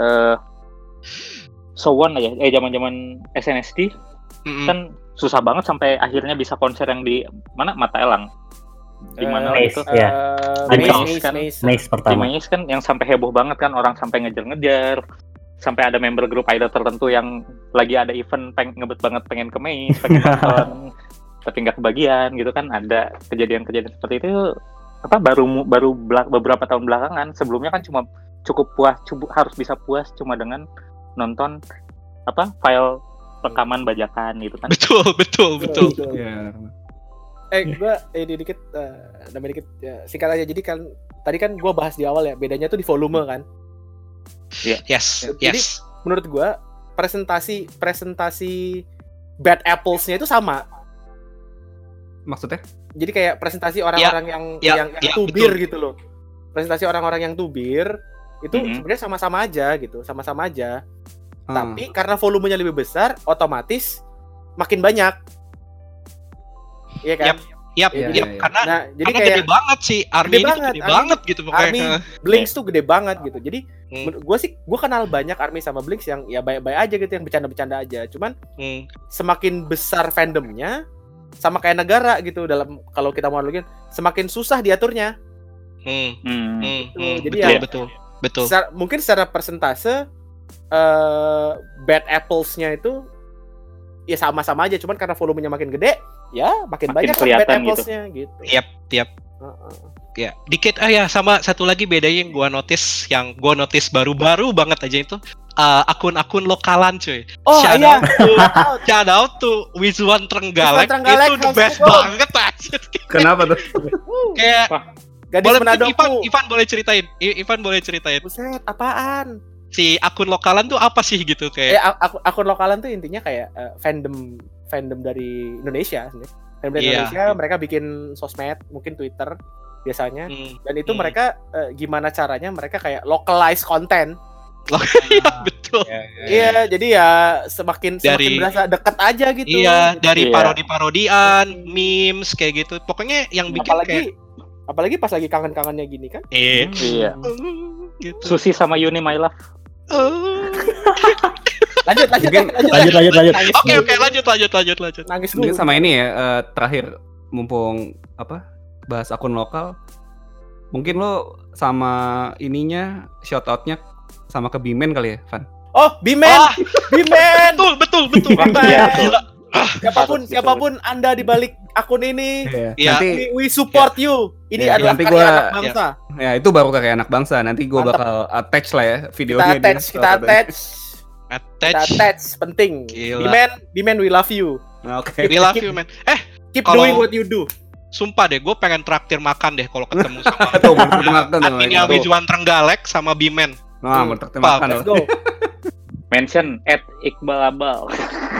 Sowon aja, zaman SNSD kan susah banget sampai akhirnya bisa konser yang di mana Mata Elang. Di mana itu? Maze pertama. Di Maze kan yang sampai heboh banget kan, orang sampai ngejar-ngejar. Sampai ada member grup idol tertentu yang lagi ada event ngebet banget pengen ke Maze, pengen nonton tapi nggak kebagian gitu kan. Ada kejadian-kejadian seperti itu baru beberapa tahun belakangan. Sebelumnya kan cuma cukup puas, harus bisa puas cuma dengan nonton file rekaman bajakan gitu kan. Betul. Iya. Gue dikit ya, singkat aja. Jadi kan tadi kan gue bahas di awal ya, bedanya tuh di volume kan. Yes. Jadi menurut gue presentasi Bad Apples-nya itu sama. Maksudnya? Jadi kayak presentasi orang-orang yang tubir betul. gitu loh. Presentasi orang-orang yang tubir itu sebenarnya sama-sama aja gitu, sama-sama aja. Tapi karena volumenya lebih besar, otomatis makin banyak. Iya kan? Yap. Karena jadi kayak gede banget sih, ARMY ini gede banget gitu pokoknya. ARMY, Blinks tuh gede banget gitu. Jadi gue kenal banyak ARMY sama Blinks yang ya baik-baik aja gitu, yang bercanda-bercanda aja. Cuman semakin besar fandomnya, sama kayak negara gitu, dalam kalau kita mau login, semakin susah diaturnya. Jadi betul. Mungkin secara persentase Bad Apples-nya itu ya sama-sama aja, cuman karena volumenya makin gede, ya makin banyak Bad Apples-nya gitu. Yap. Ya, dikit sama satu lagi bedanya yang gua notice baru-baru banget aja itu akun-akun lokalan cuy. Oh iya. Shout out to Wiswan Trenggalek, itu the best go. banget aja. Kenapa tuh? Kayak Gadis Menadoku. Ivan boleh ceritain. Buset, apaan? Si akun lokalan tuh apa sih gitu kayak? Akun lokalan tuh intinya kayak fandom dari Indonesia sebenarnya. Fandom dari Indonesia, mereka bikin sosmed, mungkin Twitter biasanya. Dan itu mereka gimana caranya mereka kayak localize konten. Iya, betul. Iya, jadi ya semakin berasa deket aja gitu. Iya, dari parodi-parodian, memes kayak gitu. Pokoknya yang bikin apalagi pas lagi kangen-kangennya gini kan? Iya. Gitu. Susi sama Yuni My Love. Lanjut. Oke, lanjut. Nangis dulu. Mungkin sama ini ya, terakhir mumpung bahas akun lokal. Mungkin lo sama ininya shout out-nya sama ke Bimen kali ya, Van? Oh, Bimen. Bimen. Betul. Siapapun Anda di balik akun ini, nanti we support you. Ini adalah karya anak bangsa. Ya, itu baru karya anak bangsa. Nanti gue bakal attach lah ya videonya. Kita attach penting. Bimen, we love you. Oke. We love you, man. Keep doing what you do. Sumpah deh, gue pengen traktir makan deh kalau ketemu sama adminnya Wiswan Trenggalek sama Bimen. Nah, mau traktir makan. Let's go. Mention @iqbalabal.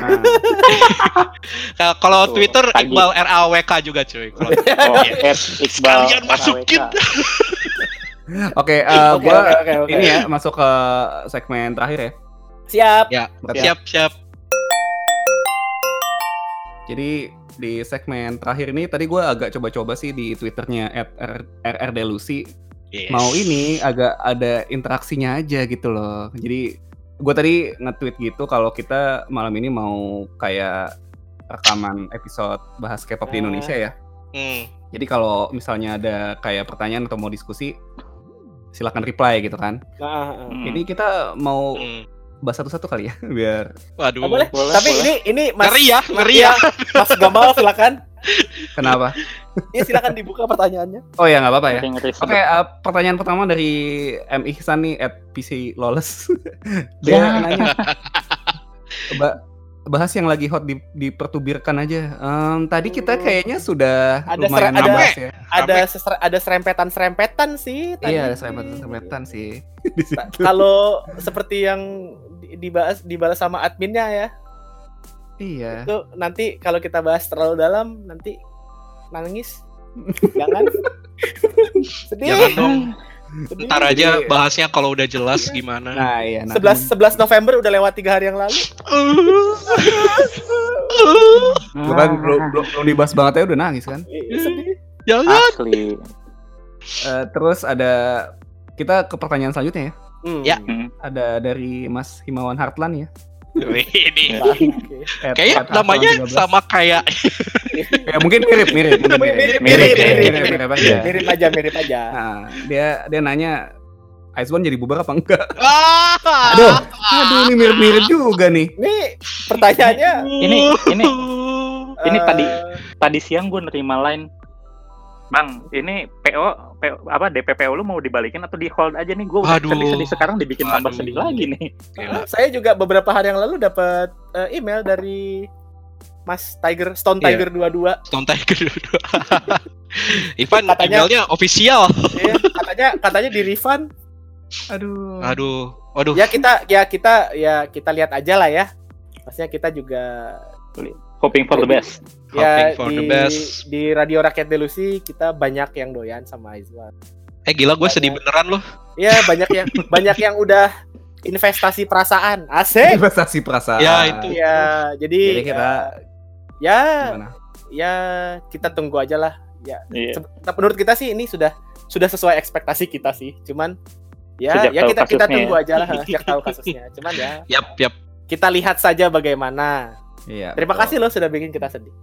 Kalau Twitter Iqbal RAWK juga cuy. @iqbal kalian masukin. Oke, ini ya masuk ke segmen terakhir ya. Siap. Ya, siap. Jadi di segmen terakhir ini tadi gue agak coba-coba sih di Twitternya @rrdelusi. Yes. Mau ini agak ada interaksinya aja gitu loh. Jadi gue tadi nge-tweet gitu kalau kita malam ini mau kayak rekaman episode bahas K-pop di Indonesia ya. Jadi kalau misalnya ada kayak pertanyaan atau mau diskusi, silakan reply gitu kan. Ini kita mau bahas satu-satu kali ya biar. Waduh. Boleh. Tapi ini Mas ngeri ya. Mas Gamal silakan. Kenapa? Iya silakan dibuka pertanyaannya. Oh ya nggak apa-apa ya. Oke, pertanyaan pertama dari M Ihsan nih @PCLawless. Dia nanya. Bahas yang lagi hot dipertubirkan aja. Tadi kita kayaknya sudah lumayan nambah ya. Ada serempetan sih. Tadi. Iya ada serempetan sih. Kalau seperti yang dibalas sama adminnya ya. Iya. Itu nanti kalau kita bahas terlalu dalam nanti nangis. Jangan. Sedih. Jangan dong. Ntar aja bahasnya kalau udah jelas gimana. Nah iya. 11 November udah lewat 3 hari yang lalu. Bukan belum dibahas banget ya udah nangis kan? Sedih. Jangan. Asli. Terus ada kita ke pertanyaan selanjutnya ya. Ya. Ada dari Mas Himawan Hartlan ya. Ini Oke. kayak namanya sama kayak Ya mungkin mirip aja. Mirip aja. Nah, dia nanya Iceborne jadi bubar apa enggak? Aduh. Aduh, ini mirip-mirip juga nih. Ini pertanyaannya Ini tadi siang gue nerima line, Bang, ini PO apa DPPO lu mau dibalikin atau di hold aja nih? Gue udah sedih sekarang dibikin tambah sedih lagi nih. saya juga beberapa hari yang lalu dapat email dari Mas Tiger Stone Tiger 22. Stone Tiger 22. Ivan Katanya- emailnya official. Iya, katanya di refund. Aduh. Ya kita lihat aja lah ya. Maksudnya kita juga Hoping for the best. ya Hoping for the best. di Radio Rakyat Delusi kita banyak yang doyan sama Iceborne. Gila gue sedih beneran loh. Ya banyak yang udah investasi perasaan. Asik. Investasi perasaan. Ya, itu. Ya, jadi kita ya gimana? kita tunggu aja lah. Ya, Iya. menurut kita sih ini sudah sesuai ekspektasi kita sih. Cuman Sejak tahu kita kasusnya tunggu ya. aja lah sejak tahu kasusnya. Cuman ya Yap. kita lihat saja bagaimana. Iya. Terima kasih loh sudah bikin kita sedih.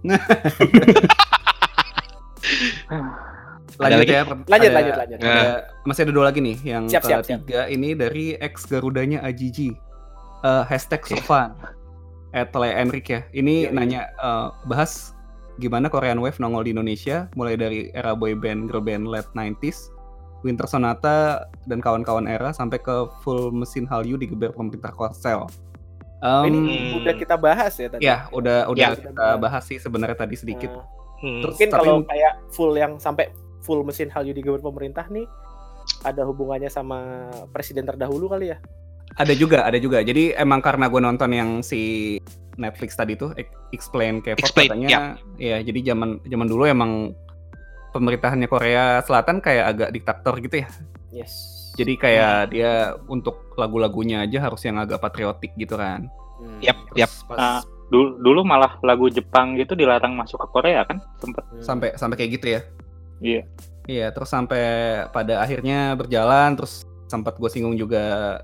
Lanjut lagi? ya. Lanjut. Masih ada 2 lagi nih. Yang Siap. ketiga ini dari ex Garudanya Ajiji. Hashtag Sofan. @Enrik ya. Ini Iya. nanya bahas gimana Korean Wave nongol di Indonesia mulai dari era boy band, girl band late 90s, Winter Sonata dan kawan-kawan era sampai ke full mesin Hallyu digeber pemerintah Korsel. Ini udah kita bahas ya tadi. Ya, udah Ya. kita bahas sih sebenarnya tadi sedikit. Terus Mungkin tapi kalau kayak sampai full mesin Hallyu digeber pemerintah nih ada hubungannya sama presiden terdahulu kali ya? ada juga. Jadi emang karena gue nonton yang si Netflix tadi tuh Explain K-pop Explain, katanya ya jadi zaman dulu emang pemerintahannya Korea Selatan kayak agak diktator gitu ya. Yes. Jadi kayak dia untuk lagu-lagunya aja harus yang agak patriotik gitu kan. Yap. Terus pas Dulu malah lagu Jepang gitu dilarang masuk ke Korea kan, sempet. sampai kayak gitu ya. Iya. Iya, terus sampai pada akhirnya berjalan, terus sempat gue singgung juga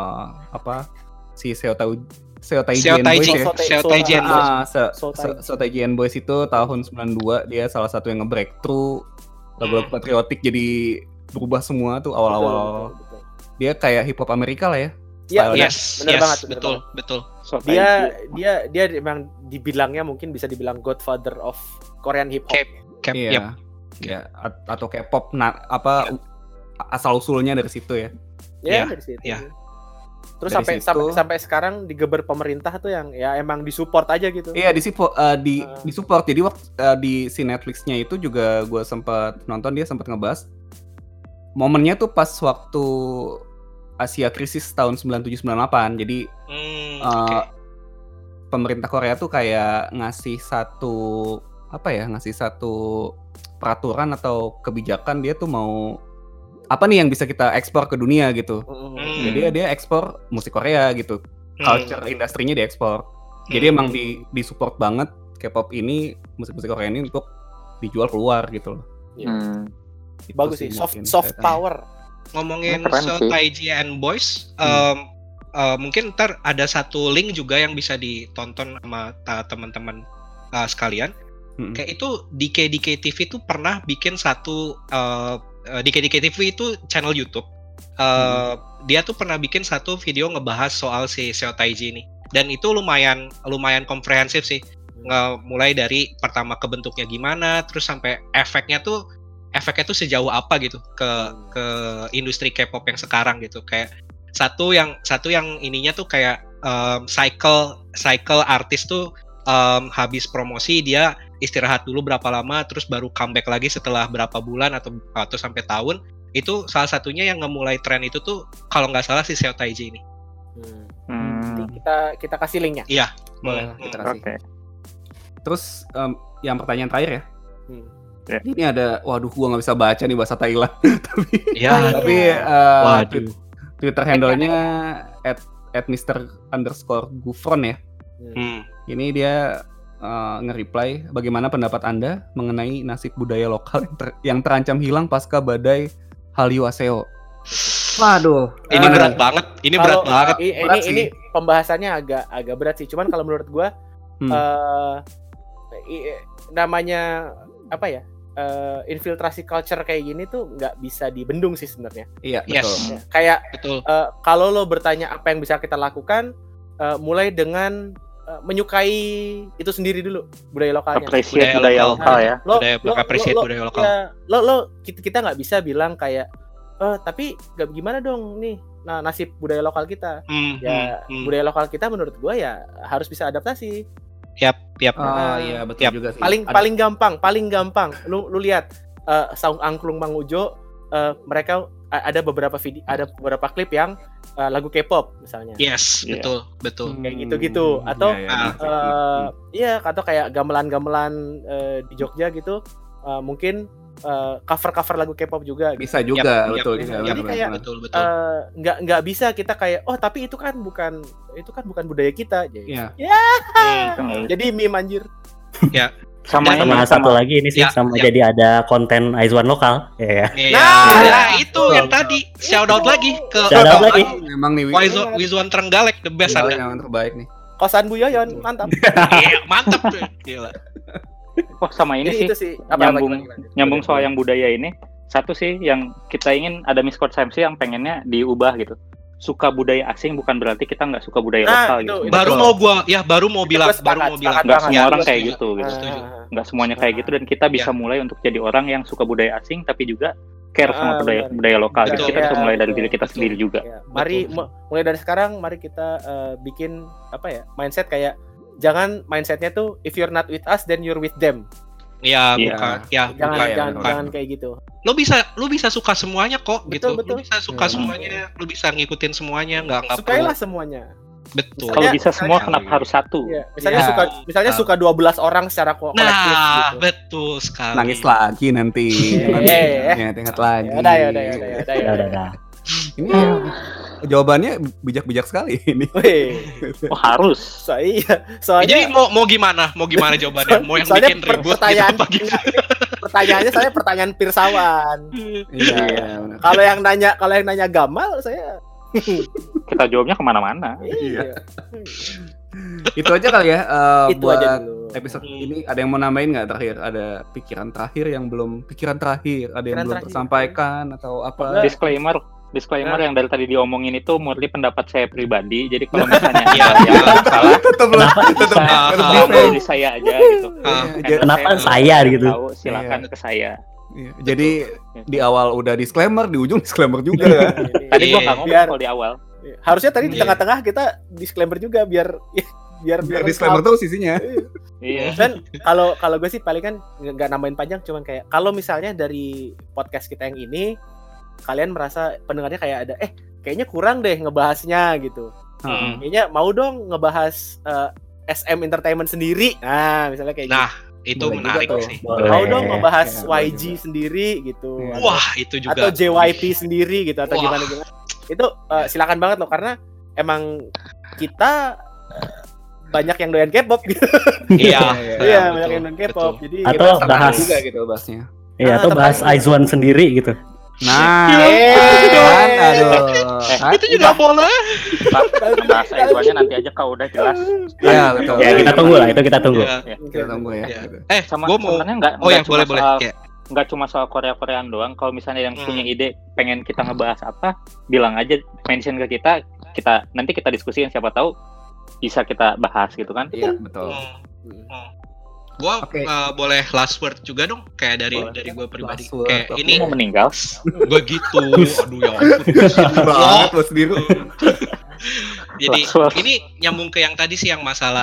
si Seo Taiji and Boys itu tahun 92 dia salah satu yang nge-breakthrough lagu-lagu patriotik jadi berubah semua tuh awal-awal. Betul. Dia kayak hip hop Amerika lah ya. Iya, Yes, bener banget, betul. Dia memang dibilangnya mungkin bisa dibilang godfather of Korean hip hop. Iya. Ya, atau K-pop asal usulnya dari situ ya. Ya, dari situ. Iya. Terus Dari sampai sekarang digeber pemerintah tuh yang ya emang disupport aja gitu. Iya, disupport. Jadi waktu di si Netflix-nya itu juga gue sempat nonton, dia sempat ngebahas momennya tuh pas waktu Asia krisis tahun 97-98. Jadi pemerintah Korea tuh kayak ngasih satu peraturan atau kebijakan, dia tuh mau apa nih yang bisa kita ekspor ke dunia gitu. Jadi dia ekspor musik Korea gitu. Culture industrinya diekspor. Jadi emang disupport banget K-pop ini, musik-musik Korea ini untuk dijual keluar gitu loh. Itu Bagus sih, soft power. Ngomongin Keren Seo sih. Taiji and Boys, mungkin ntar ada satu link juga yang bisa ditonton sama teman-teman sekalian. Kayak itu DK TV itu pernah bikin satu DK TV itu channel YouTube. Dia tuh pernah bikin satu video ngebahas soal si Seo Taiji ini. Dan itu lumayan komprehensif sih. Mulai dari pertama kebentuknya gimana, terus sampai efeknya tuh sejauh apa gitu ke industri K-pop yang sekarang gitu. Kayak satu yang ininya tuh kayak cycle artis tuh habis promosi dia istirahat dulu berapa lama, terus baru comeback lagi setelah berapa bulan atau sampai tahun. Itu salah satunya yang ngemulai tren itu tuh kalau nggak salah si Seo Taiji ini. Nanti kita kasih linknya. Iya, Boleh kita kasih. Oke. Terus yang pertanyaan terakhir ya. Ya. Ini ada, waduh gua nggak bisa baca nih bahasa Thailand. Tapi Waduh. Twitter handle-nya @Mr_Gufron ya. Ini dia nge-reply bagaimana pendapat Anda mengenai nasib budaya lokal yang terancam hilang pasca badai Hallyu-Aseo. Waduh, Ini berat banget. Ini berat banget. Ini pembahasannya agak berat sih. Cuman kalau menurut gua namanya apa ya? Infiltrasi culture kayak gini tuh nggak bisa dibendung sih sebenarnya. Iya, Yes. betul. Ya, kayak Betul. kalau lo bertanya apa yang bisa kita lakukan, mulai dengan menyukai itu sendiri dulu, budaya lokalnya. Appreciate Budaya budaya lokal. lokal ya. Appreciate budaya lokal. Ya, kita nggak bisa bilang kayak tapi gimana dong nih nasib budaya lokal kita. Budaya lokal kita menurut gua ya harus bisa adaptasi. Yap. Iya betul Yap. juga sih. Paling gampang lu lihat Saung Angklung Mang Ujo, mereka ada beberapa klip yang lagu K-pop misalnya. Yes, Iya. betul. Kayak gitu-gitu atau iya. atau kayak gamelan-gamelan di Jogja gitu, mungkin cover lagu K-pop juga gitu. Bisa juga, Yap, betul yap, juga. yap. Jadi benar, kayak, benar. Betul. Nggak bisa kita kayak tapi itu kan bukan budaya kita. Iya. Jadi meme anjir. Sama Sama ini satu lagi ini sih, Ya, sama ya. jadi ada konten Aizwan lokal. Ya. Nah, itu yang tadi shout out lagi ke Shout out lagi. Memang nih Wizwan Trenggalek, the best Anda. yang terbaik nih. Kosan Bu Yoyon, mantap. Iya, mantep tuh. Gila. Oh, sama ini Jadi sih itu sih nyambung soal yang budaya ini. Satu sih yang kita ingin ada miskonsepsi yang pengennya diubah gitu. Suka budaya asing bukan berarti kita nggak suka budaya lokal gitu. Baru mau bilang. Nggak semua orang kayak gitu. Setuju. Nggak semuanya kayak gitu dan kita bisa mulai untuk jadi orang yang suka budaya asing tapi juga care sama budaya lokal. Jadi Betul. kita bisa mulai dari diri kita Betul. sendiri juga. Ya, mari mulai dari sekarang mari kita bikin mindset kayak jangan mindsetnya tuh if you're not with us then you're with them. Iya, Iya. bukan. Ya, Jangan kayak gitu. Lo bisa suka semuanya kok gitu. Betul. Lo bisa suka semuanya, lo bisa ngikutin semuanya, enggak Sukailah perlu. semuanya. Betul. Kalau bisa semua Misalnya- kenapa harus satu? Iya, misalnya Ya. suka 12 orang secara kolektif Nah, gitu. betul sekali. Nangis lagi nanti. Ingat lagi. Yaudah. Ini jawabannya bijak-bijak sekali ini. Wih, Oh, harus. soalnya Jadi mau gimana? Mau gimana jawabannya? Mau yang soalnya bikin ribut gitu pertanyaan apa gitu? pertanyaannya saya pertanyaan pirsawan. Iya. benar. Kalau yang nanya Gamal saya Kita jawabnya kemana-mana. iya. Itu aja kali ya Itu buat aja dulu. episode ini. Ada yang mau nambahin nggak terakhir? Ada pikiran terakhir ada yang belum tersampaikan atau apa? Disclaimer yang dari tadi diomongin itu murni pendapat saya pribadi. Jadi kalau misalnya Iya. yang salah Kenapa? bisa dari saya aja gitu. Kenapa Karena saya gitu? tahu, silakan ke saya. Iya, jadi di awal udah disclaimer, di ujung disclaimer juga. Tadi gua nggak ngomong Biar- kalau di awal. Harusnya tadi di Iya. tengah-tengah kita disclaimer juga biar Disclaimer tuh sisinya. Iya. Dan kalau gue sih paling kan nggak nambahin panjang, cuman kayak kalau misalnya dari podcast kita yang ini kalian merasa pendengarnya kayak ada kayaknya kurang deh ngebahasnya gitu. Kayaknya mau dong ngebahas SM Entertainment sendiri. Nah, misalnya kayak Nah, itu Boleh menarik juga tuh. sih. gitu. Mau dong ngebahas Ya, boleh YG juga. sendiri gitu. Wah, itu juga. Atau JYP sendiri gitu atau Wah. gimana. Itu silakan banget loh karena emang kita banyak yang doyan K-pop gitu. Iya. Iya, betul, banyak yang doyan K-pop. betul. Jadi Atau kita bahas- juga gitu bahasnya. Iya, atau bahas Aizwan sendiri gitu. Nah, Eh. kan, aduh. Kan? Itu juga boleh. Bahasa Aizwannya nanti aja kalau udah jelas. Iya, betul. Ya, kita tunggu lah, itu kita tunggu. Iya. Kita tunggu ya. Iya. gitu. Sama Gua mau. sebenarnya nggak Oh ya, cuma boleh. soal Ya. nggak cuma soal Korea-Koreaan doang. Kalau misalnya yang punya ide pengen kita ngebahas apa, bilang aja, mention ke kita nanti kita diskusiin, siapa tahu bisa kita bahas gitu kan. Iya, betul. Gua Oke. boleh last word juga dong, kayak dari gue pribadi. Last word. Kayak Oke. ini Mau meninggal. begitu. Aduh ya ampun. Banget lo sendiri. Jadi Last word. ini nyambung ke yang tadi sih, yang masalah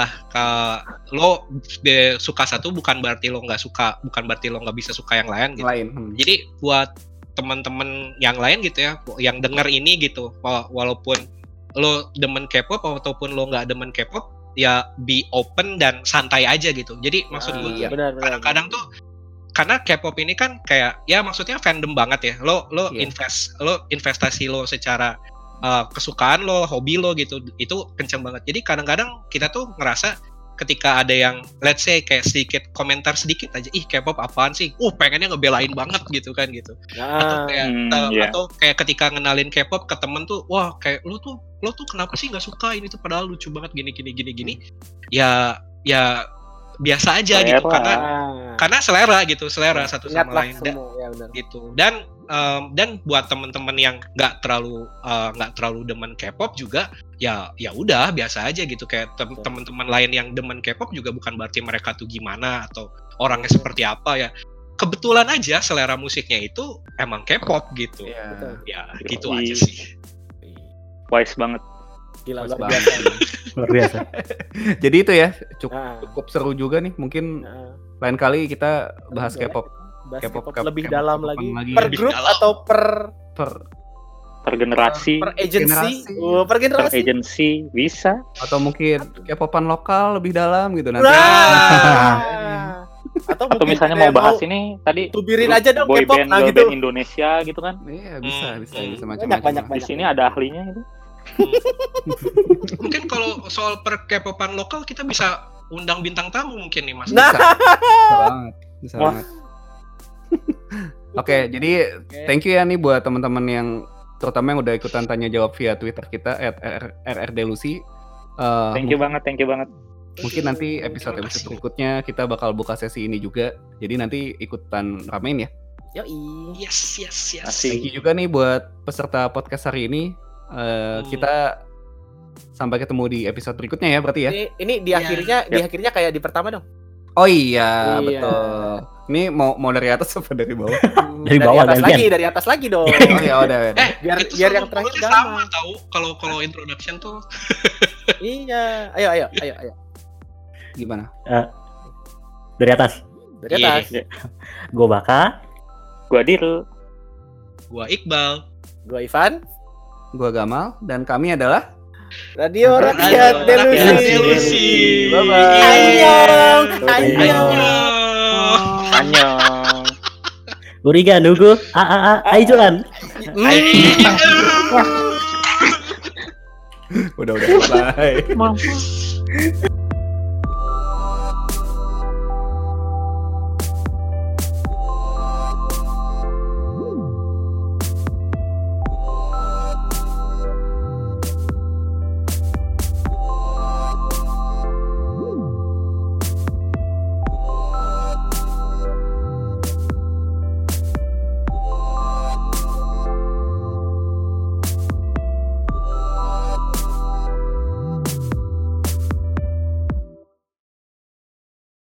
lo suka satu bukan berarti lo nggak suka, bukan berarti lo nggak bisa suka yang lain gitu. Lain. Jadi buat teman-teman yang lain gitu ya, yang denger ini gitu, walaupun lo demen K-pop ataupun lo nggak demen K-pop, ya be open dan santai aja gitu. Jadi maksud gue Iya. benar. kadang-kadang tuh karena K-pop ini kan kayak ya maksudnya fandom banget ya. Lo Iya. investasi lo secara kesukaan lo, hobi lo gitu, itu kenceng banget. Jadi kadang-kadang kita tuh ngerasa ketika ada yang let's say kayak sedikit komentar sedikit aja, ih K-pop apaan sih? Pengennya ngebelain banget gitu kan gitu. Atau kayak atau kayak ketika ngenalin K-pop ke temen tuh, wah kayak lo tuh kenapa sih nggak suka ini tuh padahal lucu banget gini. Ya biasa aja gitu karena selera satu sama lain gitu. Dan buat temen-temen yang nggak terlalu demen K-pop juga ya udah biasa aja gitu, kayak temen-temen lain yang demen K-pop juga bukan berarti mereka tuh gimana atau orangnya seperti apa ya. Kebetulan aja selera musiknya itu emang K-pop gitu. Ya gitu aja sih. Wise banget. Gila, Luar biasa. Jadi itu ya cukup seru juga nih. Mungkin lain kali kita bahas K-pop lebih dalam lagi. Per lebih grup dalam. atau per generasi, per agency bisa. Atau mungkin K-popan lokal lebih dalam gitu nanti. Atau misalnya mau bahas ini tadi tubirin aja dong boy K-pop band, gitu. band Indonesia gitu kan. Iya, bisa macam-macam. Banyak. Di sini ada ahlinya itu. Mungkin kalau soal per K-popan lokal kita bisa undang bintang tamu mungkin nih Mas. Bisa banget. Oke, jadi thank you ya nih buat teman-teman yang terutama yang udah ikutan tanya jawab via Twitter kita @rrdelusi. Thank you banget. Mungkin nanti episode berikutnya kita bakal buka sesi ini juga. Jadi nanti ikutan ramein ya. Yoi. Yes. Thank you juga nih buat peserta podcast hari ini. Kita sampai ketemu di episode berikutnya ya berarti ya. Ini di akhirnya kayak di pertama dong. Oh iya. Betul. Ini mau dari atas apa dari bawah? Dari bawah dari atas lagi dong. Oh ya udah. Biar itu yang terakhir sama tahu kalau introduction tuh. Iya. Ayo. Gimana? Dari atas. Gue Baka. Gue Dirul. Gue Iqbal. Gue Ivan. Gue Gamal dan kami adalah Radio Rakyat Delusi. Bye-bye. Annyeong. Uriga Nugu. Aijuan. Udah. Bye.